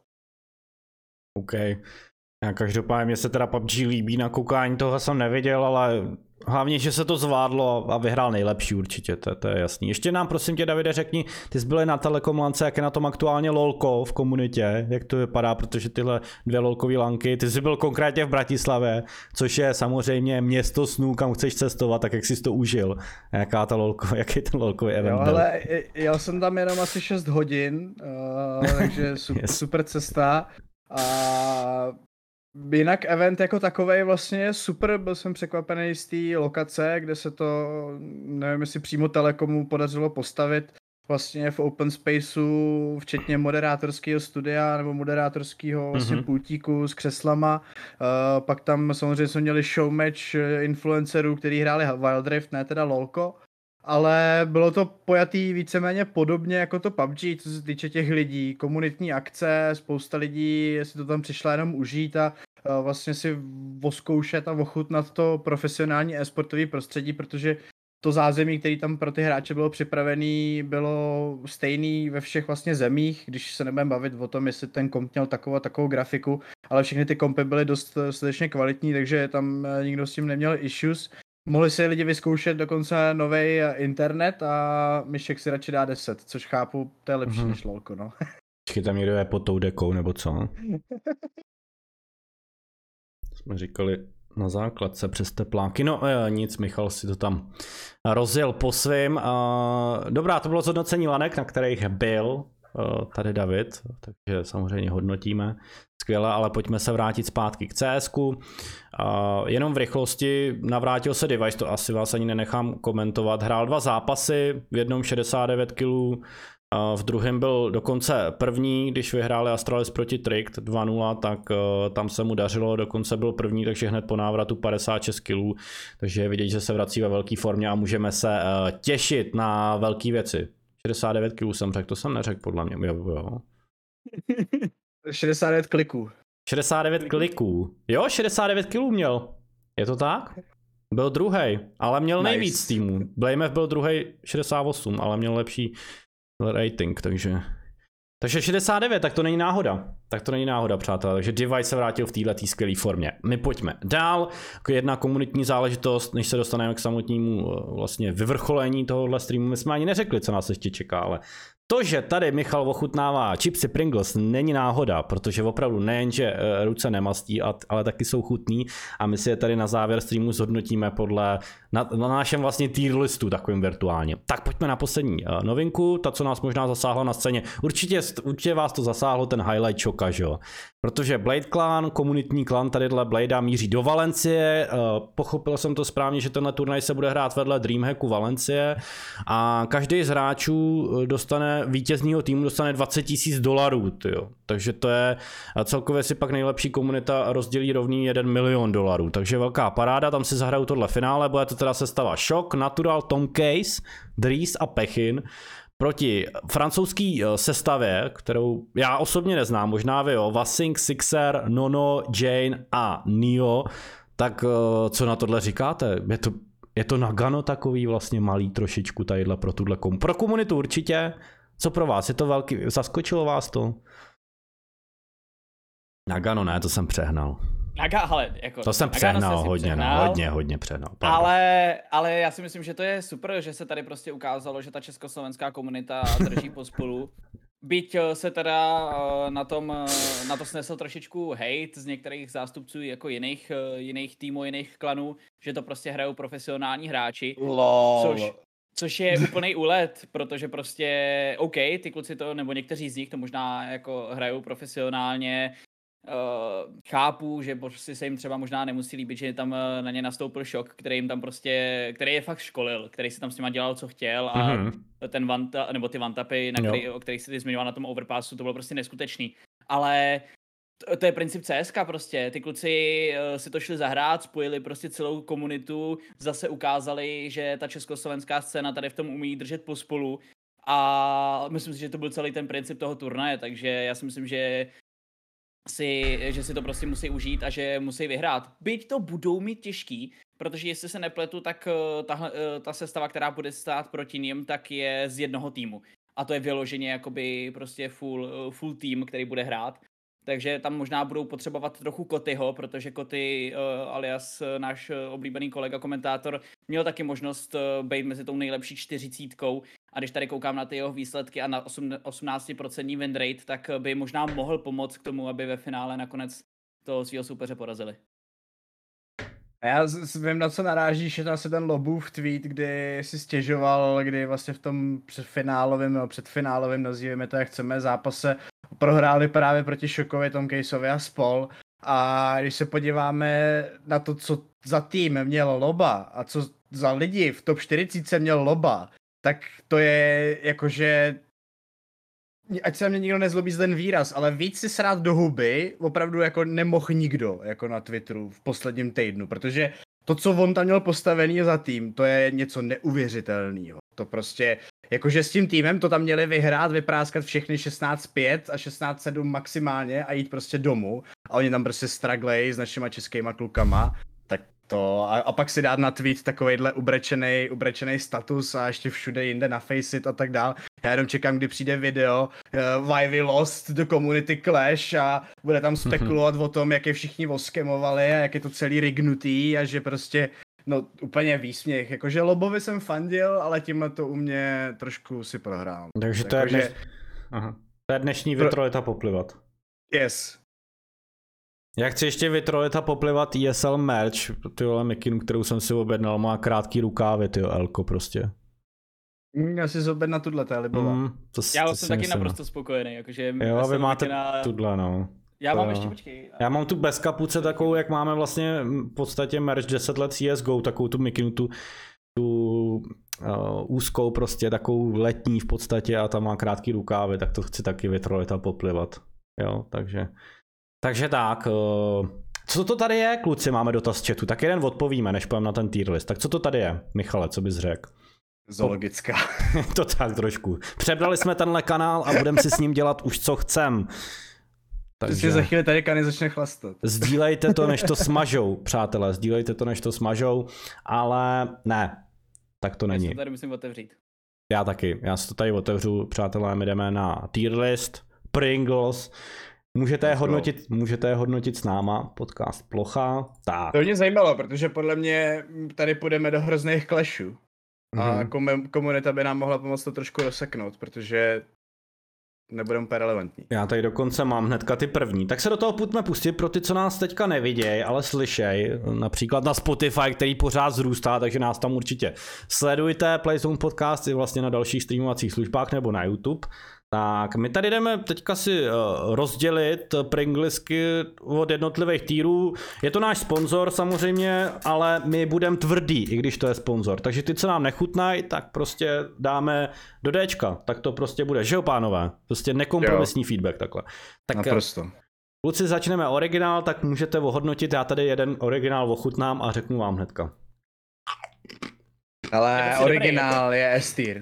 OK. Já každopádně mě se teda P U B G líbí, na koukání toho jsem neviděl, ale hlavně, že se to zvládlo a vyhrál nejlepší určitě, to, to je jasný. Ještě nám prosím tě, Davide, řekni, ty jsi byl na Telekom lance, jak je na tom aktuálně lolko v komunitě, jak to vypadá, protože tyhle dvě lolkové lanky, ty jsi byl konkrétně v Bratislavě, což je samozřejmě město snů, kam chceš cestovat, tak jak jsi to užil, jaká ta lolko, jaký ten lolkový event byl. Jo, ale jel jsem tam jenom asi šest hodin, uh, takže super, yes. super cesta. A jinak event jako takovej vlastně je super, byl jsem překvapený z té lokace, kde se to, nevím jestli přímo Telekomu podařilo postavit vlastně v open spaceu, včetně moderátorského studia nebo moderátorského vlastně mm-hmm. pultíku s křeslama. Uh, pak tam samozřejmě jsme měli showmatch influencerů, který hráli Wild Rift, ne teda LOLko. Ale bylo to pojatý víceméně podobně jako to P U B G, co se týče těch lidí, komunitní akce, spousta lidí si to tam přišla jenom užít a vlastně si oskoušet a ochutnat to profesionální e-sportový prostředí, protože to zázemí, který tam pro ty hráče bylo připravený, bylo stejný ve všech vlastně zemích, když se nebudeme bavit o tom, jestli ten komp měl takovou takovou grafiku, ale všechny ty kompy byly dost dostatečně kvalitní, takže tam nikdo s tím neměl issues. Mohli si lidi vyzkoušet dokonce nový internet a Myšek si radši dá deset, což chápu, to je lepší mm-hmm. než LOLko, no. Počkej, tam někdo je pod tou dekou, nebo co? Jsme říkali na základce přes tepláky, no nic, Michal si to tam rozjel po svým. Dobrá, to bylo zhodnocení lanek, na kterých byl tady David, takže samozřejmě hodnotíme. Skvěle, ale pojďme se vrátit zpátky k CSku. Uh, jenom v rychlosti navrátil se Device, to asi vás ani nenechám komentovat. Hrál dva zápasy, v jednom šedesát devět kilů, uh, v druhém byl dokonce první, když vyhráli Astralis proti Tricked dva nula, tak uh, tam se mu dařilo, dokonce byl první, takže hned po návratu padesát šest kilů, takže je vidět, že se vrací ve velké formě a můžeme se uh, těšit na velké věci. šedesát devět kilů jsem řekl, to jsem neřekl podle mě, jo, jo. šedesát devět kliků. šedesát devět kliků. Jo, šedesát devět kilů měl. Je to tak? Byl druhý, ale měl nice. Nejvíc týmů. Blamev byl druhý šedesát osm, ale měl lepší rating, takže... Takže šedesát devět, tak to není náhoda. Tak to není náhoda, přátelé. Takže Device se vrátil v této skvělé formě. My pojďme dál. Jedna komunitní záležitost, než se dostaneme k samotnému vlastně vyvrcholení tohohle streamu. My jsme ani neřekli, co nás ještě čeká, ale to, že tady Michal ochutnává chipsy Pringles, není náhoda, protože opravdu nejen, že ruce nemastí, ale taky jsou chutný a my si je tady na závěr streamu zhodnotíme podle, na, na našem vlastně tier listu takovým virtuálně. Tak pojďme na poslední novinku, ta, co nás možná zasáhla na scéně. Určitě, určitě vás to zasáhlo, ten highlight šoka, že jo? Protože Blade Clan, komunitní klan tadyhle Bladea míří do Valencie, pochopil jsem to správně, že tenhle turnaj se bude hrát vedle Dreamhacku Valencie a každý z hráčů dostane vítězního týmu dostane dvacet tisíc dolarů, tyjo. Takže to je, celkově si pak nejlepší komunita rozdělí rovný jeden milion dolarů, takže velká paráda, tam si zahrajou tohle finále, bude to teda sestava Shock, Natural, Tom Case, Dries a Pechin. proti francouzský sestavě, kterou já osobně neznám, možná vy jo, Vasing, Sixer, Nono, Jane a Nio, tak co na tohle říkáte? Je to, je to Nagano takový vlastně malý trošičku tadyhle pro tuhle komu. Pro komunitu určitě. Co pro vás? Je to velký, zaskočilo vás to? Nagano ne, to jsem přehnal. Naga, ale jako, to jsem přehnal hodně, přehnal, no, hodně, hodně přehnal. Ale, ale já si myslím, že to je super, že se tady prostě ukázalo, že ta československá komunita drží pospolu. Byť se teda na tom, na to snesl trošičku hate z některých zástupců jako jiných, jiných týmů, jiných klanů, že to prostě hrajou profesionální hráči. Lol. Což, což je úplný úlet, protože prostě, OK, ty kluci to, nebo někteří z nich to možná jako hrajou profesionálně, Uh, chápu, že prostě se jim třeba možná nemusí líbit, že tam uh, na ně nastoupil šok, který jim tam prostě, který je fakt školil, který si tam s nima dělal, co chtěl a mm-hmm. ten vanta, nebo ty vantapy, na který, o kterých si ty zmiňoval na tom overpassu, to bylo prostě neskutečný. Ale to, to je princip C S K prostě, ty kluci uh, si to šli zahrát, spojili prostě celou komunitu, zase ukázali, že ta československá scéna tady v tom umí držet pospolu a myslím si, že to byl celý ten princip toho turnaje, takže já si myslím, že Si, že si to prostě musí užít a že musí vyhrát. Byť to budou mít těžký, protože jestli se nepletu, tak ta, ta sestava, která bude stát proti ním, tak je z jednoho týmu. A to je vyloženě jakoby prostě full, full tým, který bude hrát. Takže tam možná budou potřebovat trochu Kotyho, protože Koty uh, alias náš oblíbený kolega komentátor měl taky možnost uh, být mezi tou nejlepší čtyřicítkou. A když tady koukám na ty jeho výsledky a na osmnáct procent win rate, tak by možná mohl pomoct k tomu, aby ve finále nakonec toho svého soupeře porazili. A já vím, na co narážíš, je to asi ten Lobův tweet, kdy si stěžoval, kdy vlastně v tom předfinálovém, nebo předfinálovém, nazýváme to jak chceme, zápase prohráli právě proti Šokovi, Tom Caseovi a spol. A když se podíváme na to, co za tým měl Loba a co za lidi v top čtyřicet měl Loba, tak to je jakože, ať se mě nikdo nezlobí z ten výraz, ale víc si srát do huby opravdu jako nemohl nikdo jako na Twitteru v posledním týdnu, protože to, co on tam měl postavený za tým, to je něco neuvěřitelného. To prostě, jakože s tím týmem to tam měli vyhrát, vypráskat všechny šestnáct pět a šestnáct sedm maximálně a jít prostě domů a oni tam prostě straglej s našima českýma klukama, tak to a, a pak si dát na tweet takovejhle ubrečený, ubrečený status a ještě všude jinde na Faceit a tak dál. Já jenom čekám, kdy přijde video uh, Vivey lost do Community Clash a bude tam spekulovat o tom, jak je všichni oskemovali a jak je to celý rignutý a že prostě, no úplně výsměch. Jakože Lobovi jsem fandil, ale tímhle to u mě trošku si prohrál. Takže to, jako je, dneš... že... Aha. To je dnešní Vitroleta poplivat. Yes. Já chci ještě Vitroleta poplivat E S L merch, tyhle mikinu, kterou jsem si objednal, má krátký rukávy, tyjo, Elko prostě. Já si zobědna tuhle, to je libová. Mm, to, Já to jsem taky myslím. Naprosto spokojený, jakože... Jo, vy máte na... tuhle, no. Já to mám ještě, počkej. Já mám tu bez kapuce takovou, jak máme vlastně v podstatě merch deset let C S G O, takovou tu mikinu, tu, tu uh, úzkou prostě, takovou letní v podstatě a tam má krátký rukávy, tak to chci taky Vitroleta poplivat. Jo, takže... Takže tak, uh, co to tady je, kluci, máme dotaz z chatu, tak jeden odpovíme, než půjdeme na ten tier list. Tak co to tady je, Michale, co bys řekl? Zoologická. To tak trošku. Přebrali jsme tenhle kanál a budeme si s ním dělat už co chcem. Takže za chvíli tady Kany začne chlastat. Sdílejte to, než to smažou, přátelé, sdílejte to, než to smažou, ale ne, tak to není. Já to tady musím otevřít. Já taky, já si to tady otevřu, přátelé, my jdeme na tier list, Pringles. Můžete je, hodnotit, můžete je hodnotit s náma, podcast Plocha. Tak. To mě zajímalo, protože podle mě tady půjdeme do hrozných clashů. A mm-hmm. komunita by nám mohla pomoct to trošku rozseknout, protože nebudeme úplně relevantní. Já tady dokonce mám hnedka ty první. Tak se do toho pojďme pustit pro ty, co nás teďka nevidějí, ale slyšej. Například na Spotify, který pořád zrůstá, takže nás tam určitě sledujte. Playzone podcast i vlastně na dalších streamovacích službách nebo na YouTube. Tak my tady jdeme teďka si uh, rozdělit Pringlesky od jednotlivých týrů. Je to náš sponzor samozřejmě, ale my budeme tvrdý, i když to je sponzor. Takže ty, co nám nechutnají, tak prostě dáme do Dčka. Tak to prostě bude, že jo, pánové? Prostě nekompromisní jo. Feedback takhle. Tak, naprosto. Kluci, začneme originál, tak můžete ohodnotit. Já tady jeden originál ochutnám a řeknu vám hnedka. Ale originál je S tier.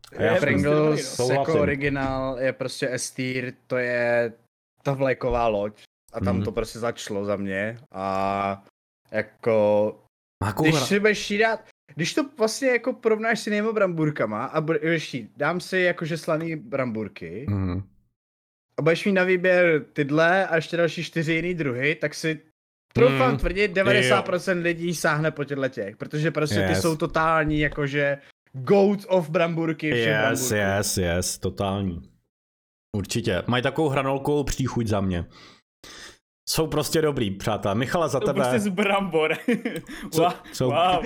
Já Je Pringles prostě dobrý, no. jako Souhlasím. originál je prostě S tier, to je ta vlajková loď. A tam Mhm. to prostě začalo za mě. A jako, Jakou když hra... si budeš jí dát, když to vlastně jako porovnáš s jinými bramburkama a budeš jí, dám si jakože slaný bramburky Mhm. a budeš mít na výběr tyhle a ještě další čtyři jiný druhy, tak si troufám Hmm. tvrdit, devadesát procent lidí sáhne po těchto těch, protože prostě ty Yes. jsou totální jakože goat of bramburky všech Yes, bramburků. yes, yes, totální. Určitě. Mají takovou hranolkovou příchuť za mě. Jsou prostě dobrý, přátelé. Michala, za To tebe. prostě z brambor. Co- wow. co- wow.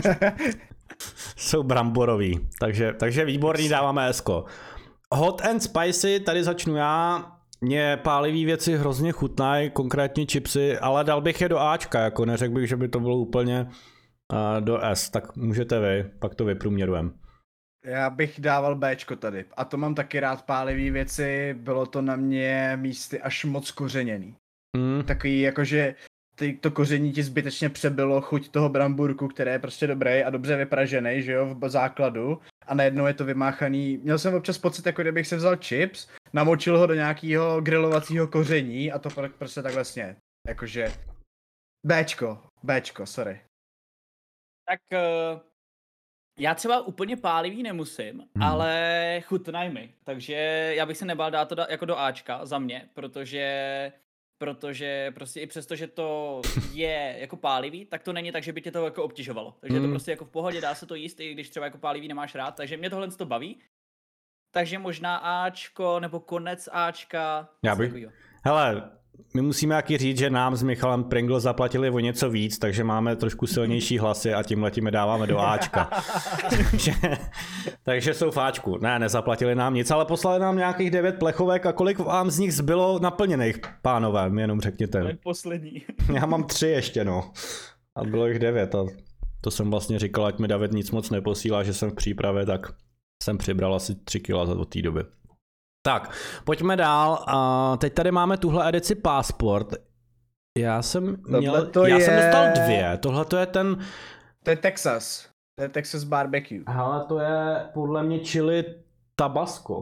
Jsou bramborový, takže, takže výborný, dáváme esko. Hot and spicy, tady začnu já. Mně pálivý věci hrozně chutnají, konkrétně chipsy, ale dal bych je do Ačka, jako neřekl bych, že by to bylo úplně uh, do S, tak můžete vy, pak to vyprůměrujem. Já bych dával Bčko tady. A to mám taky rád pálivý věci, bylo to na mě místy až moc kořeněný. Hmm. Takový jakože ty, to koření ti zbytečně přebylo chuť toho bramburku, který je prostě dobrý a dobře vypražený, že jo, v základu. A najednou je to vymáchaný. Měl jsem občas pocit, jako kdybych se vzal chips, namočil ho do nějakého grilovacího koření a to pro- prostě takhle snět. Jakože Bčko, Bčko, sorry. Tak uh, já třeba úplně pálivý nemusím, Hmm. ale chutnají mi. Takže já bych se nebál dát to da, jako do Ačka za mě, protože protože prostě i přesto, že to je jako pálivý, tak to není tak, že by tě to jako obtěžovalo. Takže je to Mm. prostě jako v pohodě, dá se to jíst, i když třeba jako pálivý nemáš rád, takže mě tohle to baví. Takže možná Ačko, nebo konec Ačka. Já něco bych- takovýho. Hele, my musíme jaký říct, že nám s Michalem Pringle zaplatili o něco víc, takže máme trošku silnější hlasy a tím letíme dáváme do Ačka. takže, takže jsou v Ačku. Ne, nezaplatili nám nic, ale poslali nám nějakých devět plechovek a kolik vám z nich zbylo naplněných, pánové, mi jenom To je řekněte. poslední. Já mám tři ještě, no. A bylo jich devět a to jsem vlastně říkal, ať mi David nic moc neposílá, že jsem v přípravě, tak jsem přibral asi tři kila od té doby. Tak, pojďme dál. A teď tady máme tuhle edici Passport. Já jsem měl, Tohleto já jsem je- dostal dvě. Tohle to je ten, To je Texas. To je Texas barbecue. hele, to je podle mě chili Tabasco.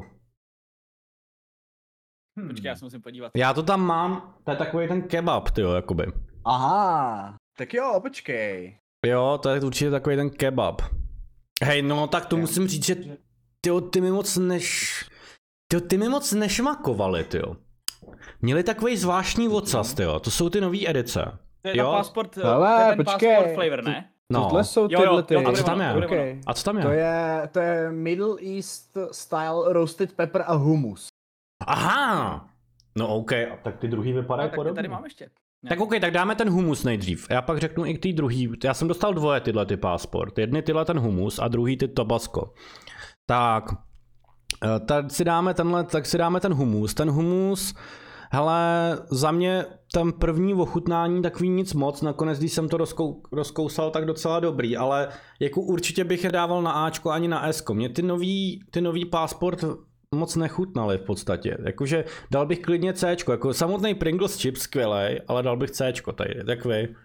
Hmm. Počkej, já se musím podívat. Já to tam mám, to je takový ten kebab, tyjo, jakoby. Aha, tak jo, počkej. Jo, to je určitě takový ten kebab. Hej, no tak to Jo. musím říct, že tyjo, ty mi moc neš... Tyjo, ty mi moc nešmakovali, tyjo. Měli takový zvláštní ocas, tyjo. To jsou ty nový edice. To je Jo. ta passport, Hele, to je ten počkej. passport flavor, ne? No. Tohle jsou Jo, jo, tyhle ty. jo, to A co tam ono, je? to bude ono. Okay. A co tam je? To je, to je Middle East style roasted pepper a hummus. Aha! No OK, a tak ty druhý No, vypadají tak podobně. tady mám ještě. Ne. Tak OK, tak dáme ten humus nejdřív. Já pak řeknu i ty druhý. Já jsem dostal dvoje tyhle ty Passport. Jedny tyhle ten humus a druhý ty Tabasco. Tak, eh, tak si dáme tenhle, tak si dáme ten humus. Ten humus, hele, za mě ten první ochutnání takový nic moc, nakonec když jsem to rozkou, rozkousal, tak docela dobrý, ale jako určitě bych je dával na Ačko ani na Esko. Mě ty nový, ty nový Passport moc nechutnaly v podstatě, jakože dal bych klidně Cčko, jako samotný Pringles chips skvělej, ale dal bych Cčko tady, tak vy.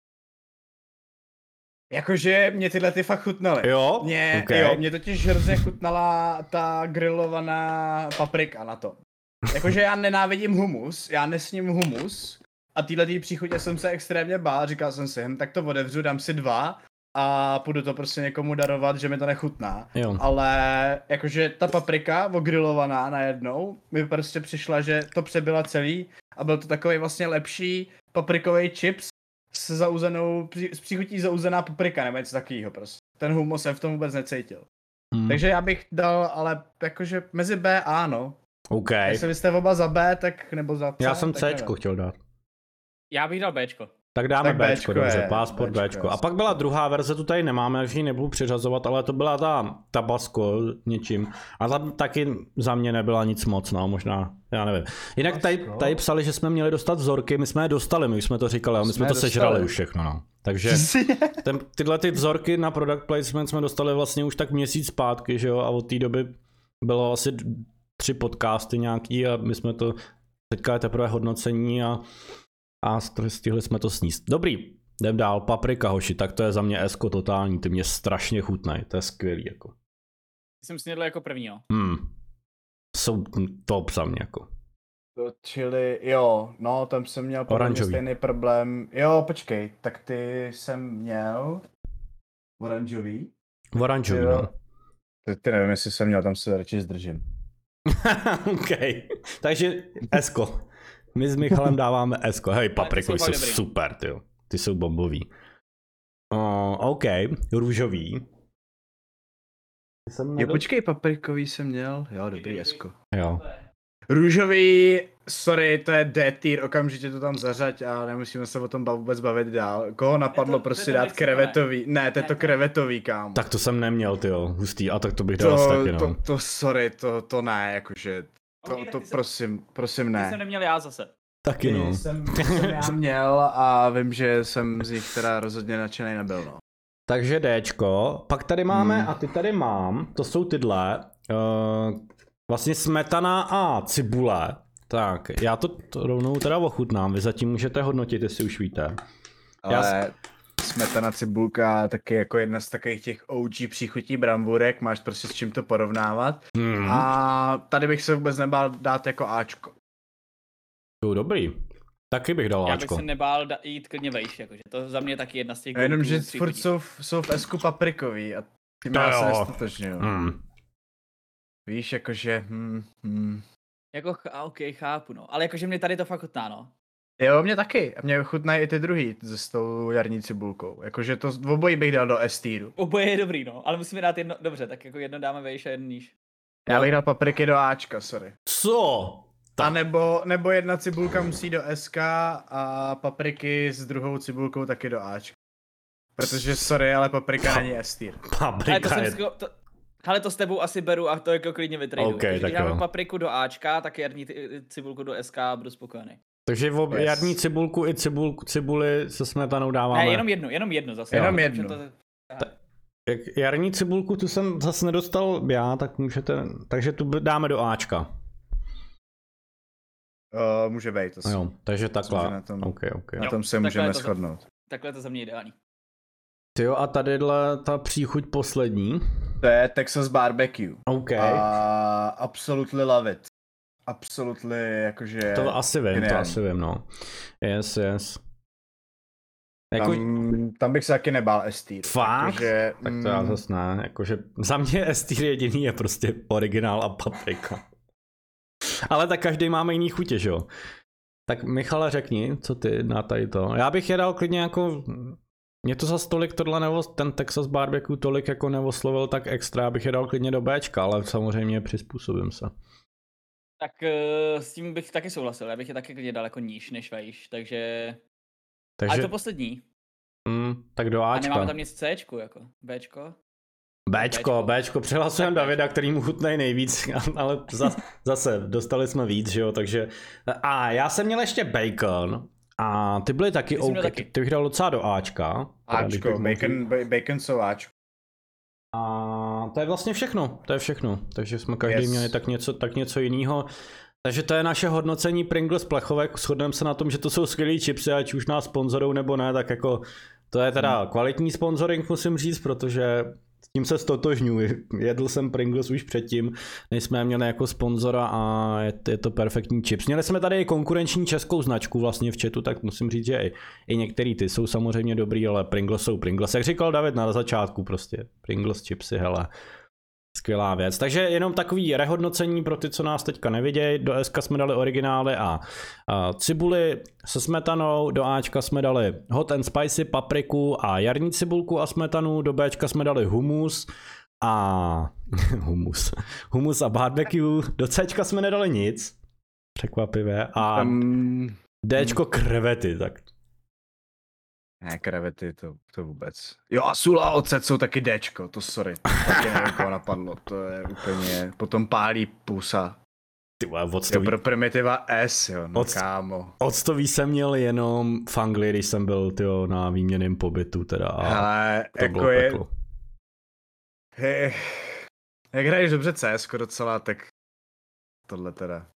Jakože mě tyhle ty fakt chutnaly. Jo? Mě, Okay. jo, mě totiž hrozně chutnala ta grillovaná paprika na to. Jakože já nenávidím humus, já nesním humus a tyhle tý příchutě jsem se extrémně bál, říkal jsem si, hm, tak to otevřu, dám si dva a půjdu to prostě někomu darovat, že mi to nechutná. Jo. Ale jakože ta paprika ogrilovaná najednou mi prostě přišla, že to přebyla celý a byl to takový vlastně lepší paprikový chips s zauzenou, s příchutí zauzená paprika nebo něco takového prostě. Ten humus jsem v tom vůbec necítil. Hmm. Takže já bych dal, ale jakože mezi B a A, no. OK. Jestli vy jste oba za B, tak nebo za C, Já jsem tak Cčko nevím. chtěl dát. Já bych dal Bčko. Tak dáme Tak Bčko, Bčko dobře, je, Passport Bčko, Bčko. A jasně. pak byla druhá verze, tu tady nemáme, takže ji nebudu přiřazovat, ale to byla ta Tabasco něčím. A ta taky za mě nebyla nic moc, no, možná, já nevím. Jinak tady, Tabasco. tady psali, že jsme měli dostat vzorky, my jsme je dostali, my už jsme to říkali, a my jsme, Jsme to dostali. sežrali už všechno, no. Takže ten, tyhle ty vzorky na product placement jsme dostali vlastně už tak měsíc zpátky, že jo, a od té doby bylo asi d- tři podcasty nějaký a my jsme to, teďka je teprve hodnocení a a st- stihli jsme to sníst. Dobrý, jdem dál, paprika hoši, tak to je za mě esko totální, ty mě strašně chutnají, to je skvělý jako. Jsem snědl jako první, jo. Hmm. Jsou top za mě jako. To chili, jo, no, tam jsem měl podle mě stejný problém. Jo, počkej, tak ty jsem měl oranžový. Oranžový, no. Ty, ty nevím, jestli jsem měl, tam se radši zdržím. OK, takže Esko. My s Michalem dáváme Esko. Hej, paprikový jsou, jsou super, tyjo. Ty jsou bombový. Uh, OK, růžový. Jsem jo, počkej, paprikový jsem měl. Jo, dobrý, Esko. Jo. Růžový, sorry, to je D tier, okamžitě to tam zařať a nemusíme se o tom vůbec bavit dál. Koho napadlo to, prostě dát krevetový? Ne, to je to krevetový, kámo. Tak to jsem neměl, tyjo, hustý, a tak to bych dal taky, no. To, to, sorry, to, to ne, jakože, to, okay, to prosím, jsem, prosím ne. Ty jsem neměl já zase. Taky no. Jsem, jsem já měl a vím, že jsem z nich teda rozhodně nadšenej nebyl, no. Takže Dčko, pak tady máme, hmm. a ty tady mám, to jsou tyhle, uh, vlastně smetana a cibule. Tak, já to, to rovnou teda ochutnám, vy zatím můžete hodnotit, jestli už víte. Ale já... smetana, cibulka, taky jako jedna z takových těch O G příchutí bramburek, máš prostě s čím to porovnávat. Hmm. A tady bych se vůbec nebál dát jako Ačko. To dobrý. Taky bych dal Ačko. Já bych se nebál da- jít klidně vejš, jakože to za mě taky jedna z těch... No jenom, že furt jsou, jsou v Esku paprikový a tím já se nestatočňuju. Hmm. Víš, jakože... Hmm, hmm. Jako, ok, chápu, no. Ale jakože mě tady to fakt chutná, no. Jo, mě taky. A mě chutnají i ty druhý s tou jarní cibulkou. Jakože to v obojí bych dal do S tieru. Oboje je dobrý, no. Ale musíme dát jedno, dobře, tak jako jedno dáme vejš a jedno níž. Já bych dal papriky do Ačka, sorry. Co? A nebo, nebo jedna cibulka musí do S K a papriky s druhou cibulkou taky do Ačka. Protože sorry, ale paprika není S tier. Paprika ale je... to, to, ale to s tebou asi beru a to jako klidně vytrejdu. Okay, když dáme papriku do Ačka, tak jarní cibulku do S K a budu spokojený. Takže v yes. jarní cibulku i cibulku, cibuli se smetanou dáváme. Ne, jenom jednu, jenom jednu zase. Jenom jednu. To... Ta, jak jarní cibulku tu jsem zase nedostal já, tak můžete, takže tu dáme do Ačka. Uh, může být to. Jo, takže takhle. Na tom, okay, okay. na tom se jo, můžeme to shodnout. Za, takhle to za mě ideální. Tyjo, a tadyhle ta příchuť poslední. To je Texas barbecue. OK. A absolutely love it. Absolutely, jakože... To asi vím, geniální. to asi vím, no. Yes, yes. Jako... Tam, tam bych se taky nebál S tier. Fakt? Jakože, tak to já zase ne. Jakože za mě S tier jediný je prostě originál a paprika. Ale tak každý máme jiný chutě, že jo? Tak Michale, řekni, co ty na tady to. Já bych je dal klidně jako... Mě to zase tolik tohle nebo ten Texas barbecue tolik jako neoslovil tak extra, abych je dal klidně do Bčka, ale samozřejmě přizpůsobím se. Tak uh, s tím bych taky souhlasil, já bych je taky klidně dal jako níž než vejš, takže... takže... Ale to poslední. Mm, tak do Ačka. A nemáme tam nic Cčku, jako Bčko? Bčko, Bčko, přihlasujeme Davida, který mu chutnej nejvíc, ale zase dostali jsme víc, že jo, takže... A já jsem měl ještě bacon. A ty byly taky OK, taky. Ty bych dal docela do Ačka. Ačko, bacon, bacon jsou Ačko. A to je vlastně všechno, to je všechno, takže jsme každý yes. měli tak něco, tak něco jiného. Takže to je naše hodnocení Pringles plechovek, shodneme se na tom, že to jsou skvělý chipsy, ať už nás sponzorou nebo ne, tak jako to je teda hmm. kvalitní sponsoring, musím říct, protože s tím se stotožňuji. Jedl jsem Pringles už předtím, než jsme je měli jako sponzora a je, je to perfektní chips. Měli jsme tady i konkurenční českou značku vlastně v chatu, tak musím říct, že i, i některý ty jsou samozřejmě dobrý, ale Pringles jsou Pringles. Jak říkal David na začátku prostě, Pringles chipsy, hele. Skvělá věc. Takže jenom takový rehodnocení pro ty, co nás teďka nevidějí. Do S jsme dali originály a, a cibuli se smetanou, do Ačka jsme dali hot and spicy, papriku a jarní cibulku a smetanu, do Bčka jsme dali humus a humus. humus a barbecue, do Cčka jsme nedali nic, překvapivě, a um, Dčko krevety, tak ne, krevety, to, to vůbec. Jo, a sůl a ocet jsou taky Dčko, to sorry. Taky nevím, koho napadlo, to je úplně, potom pálí pusa. Ty vole, octový. Jo, pro primitiva S, jo, no Oc... kámo. Octový jsem měl jenom v Anglii, když jsem byl, tyjo, na výměnném pobytu, teda. Ale jako je... Hey, jak hraješ dobře C S ko docela, tak tohle teda.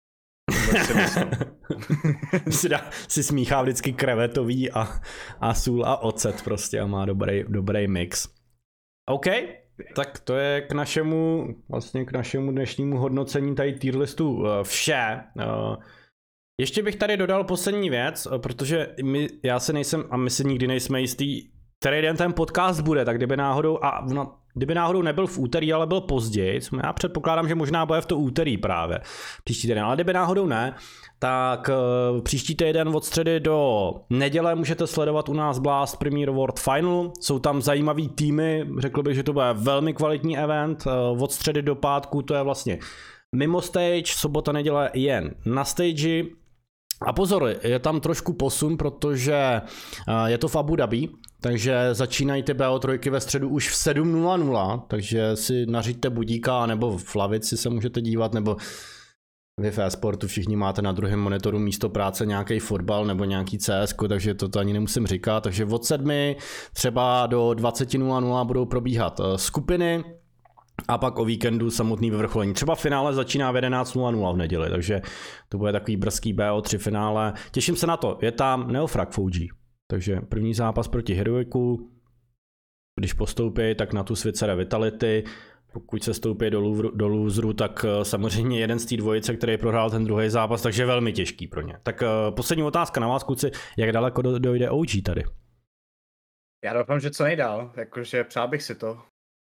si, dá, si smíchá vždycky krevetový a, a sůl a ocet prostě a má dobrý, dobrý mix. OK, tak to je k našemu, vlastně k našemu dnešnímu hodnocení tady tier listu vše. Ještě bych tady dodal poslední věc, protože my, já se nejsem, a my si nikdy nejsme jistý, který den ten podcast bude, tak kdyby náhodou, a no, kdyby náhodou nebyl v úterý, ale byl později, já předpokládám, že možná bude v to úterý právě, příští týden, ale kdyby náhodou ne, tak uh, příští týden od středy do neděle můžete sledovat u nás Blast Premier World Final, jsou tam zajímavý týmy, řekl bych, že to bude velmi kvalitní event, uh, od středy do pátku to je vlastně mimo stage, sobota, neděle jen na stage. A pozor, je tam trošku posun, protože je to v Abu Dhabi, takže začínají ty bé o tři ve středu už v sedm nula nula, takže si nařiďte budíka, nebo v lavici se můžete dívat, nebo vy v e-sportu všichni máte na druhém monitoru místo práce nějaký fotbal nebo nějaký C S, takže to, to ani nemusím říkat, takže od sedmi třeba do dvacet nula nula budou probíhat skupiny. A pak o víkendu samotný vyvrcholení. Třeba finále začíná v jedenáct nula nula v neděli, takže to bude takový brzký bé o tři finále. Těším se na to, je tam Neofrag v O G, takže první zápas proti Heroiku, když postoupí, tak na tu Svicer Vitality, pokud se stoupí do, Louvru, do loseru, tak samozřejmě jeden z té dvojice, který prohrál ten druhý zápas, takže velmi těžký pro ně. Tak poslední otázka na vás, kluci, jak daleko dojde O G tady? Já doufám, že co nejdál, jakože přál bych si to.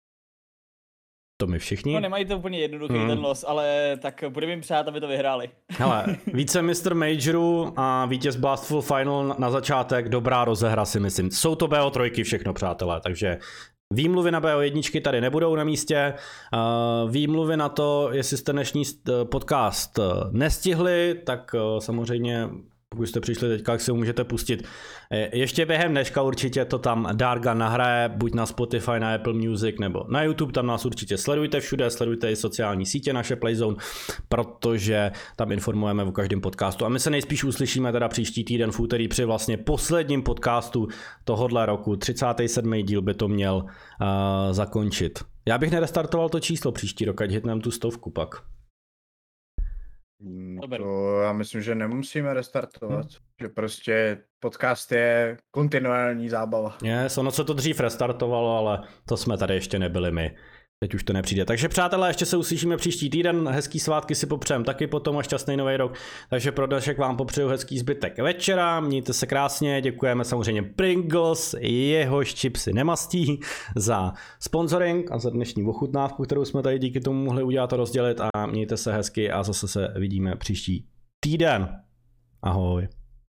To my všichni. No nemají to úplně jednoduchý hmm. ten los, ale tak budeme jim přát, aby to vyhráli. Hele, více mistr Majoru a vítěz Blastful Final na začátek, dobrá rozehra si myslím. Jsou to bé o tři všechno, přátelé, takže výmluvy na bé o jedna tady nebudou na místě. Výmluvy na to, jestli jste dnešní podcast nestihli, tak samozřejmě pokud jste přišli teďka, tak si ho můžete pustit ještě během dneška, určitě to tam Darga nahraje, buď na Spotify, na Apple Music nebo na YouTube, tam nás určitě sledujte všude, sledujte i sociální sítě naše Playzone, protože tam informujeme o každém podcastu a my se nejspíš uslyšíme teda příští týden v úterý při vlastně posledním podcastu tohohle roku, třicátý sedmý díl by to měl uh, zakončit. Já bych nerestartoval to číslo příští rok, ať hitneme tu stovku pak. To já myslím, že nemusíme restartovat, hmm. že prostě podcast je kontinuální zábava. Yes, ono se to dřív restartovalo, ale to jsme tady ještě nebyli my. Teď už to nepřijde. Takže přátelé, ještě se uslyšíme příští týden, hezký svátky si popřejem taky potom a šťastný nový rok. Takže pro dnešek vám popřeju hezký zbytek večera, mějte se krásně, děkujeme samozřejmě Pringles, jehož chipsy nemastí za sponsoring a za dnešní ochutnávku, kterou jsme tady díky tomu mohli udělat a rozdělit a mějte se hezky a zase se vidíme příští týden. Ahoj.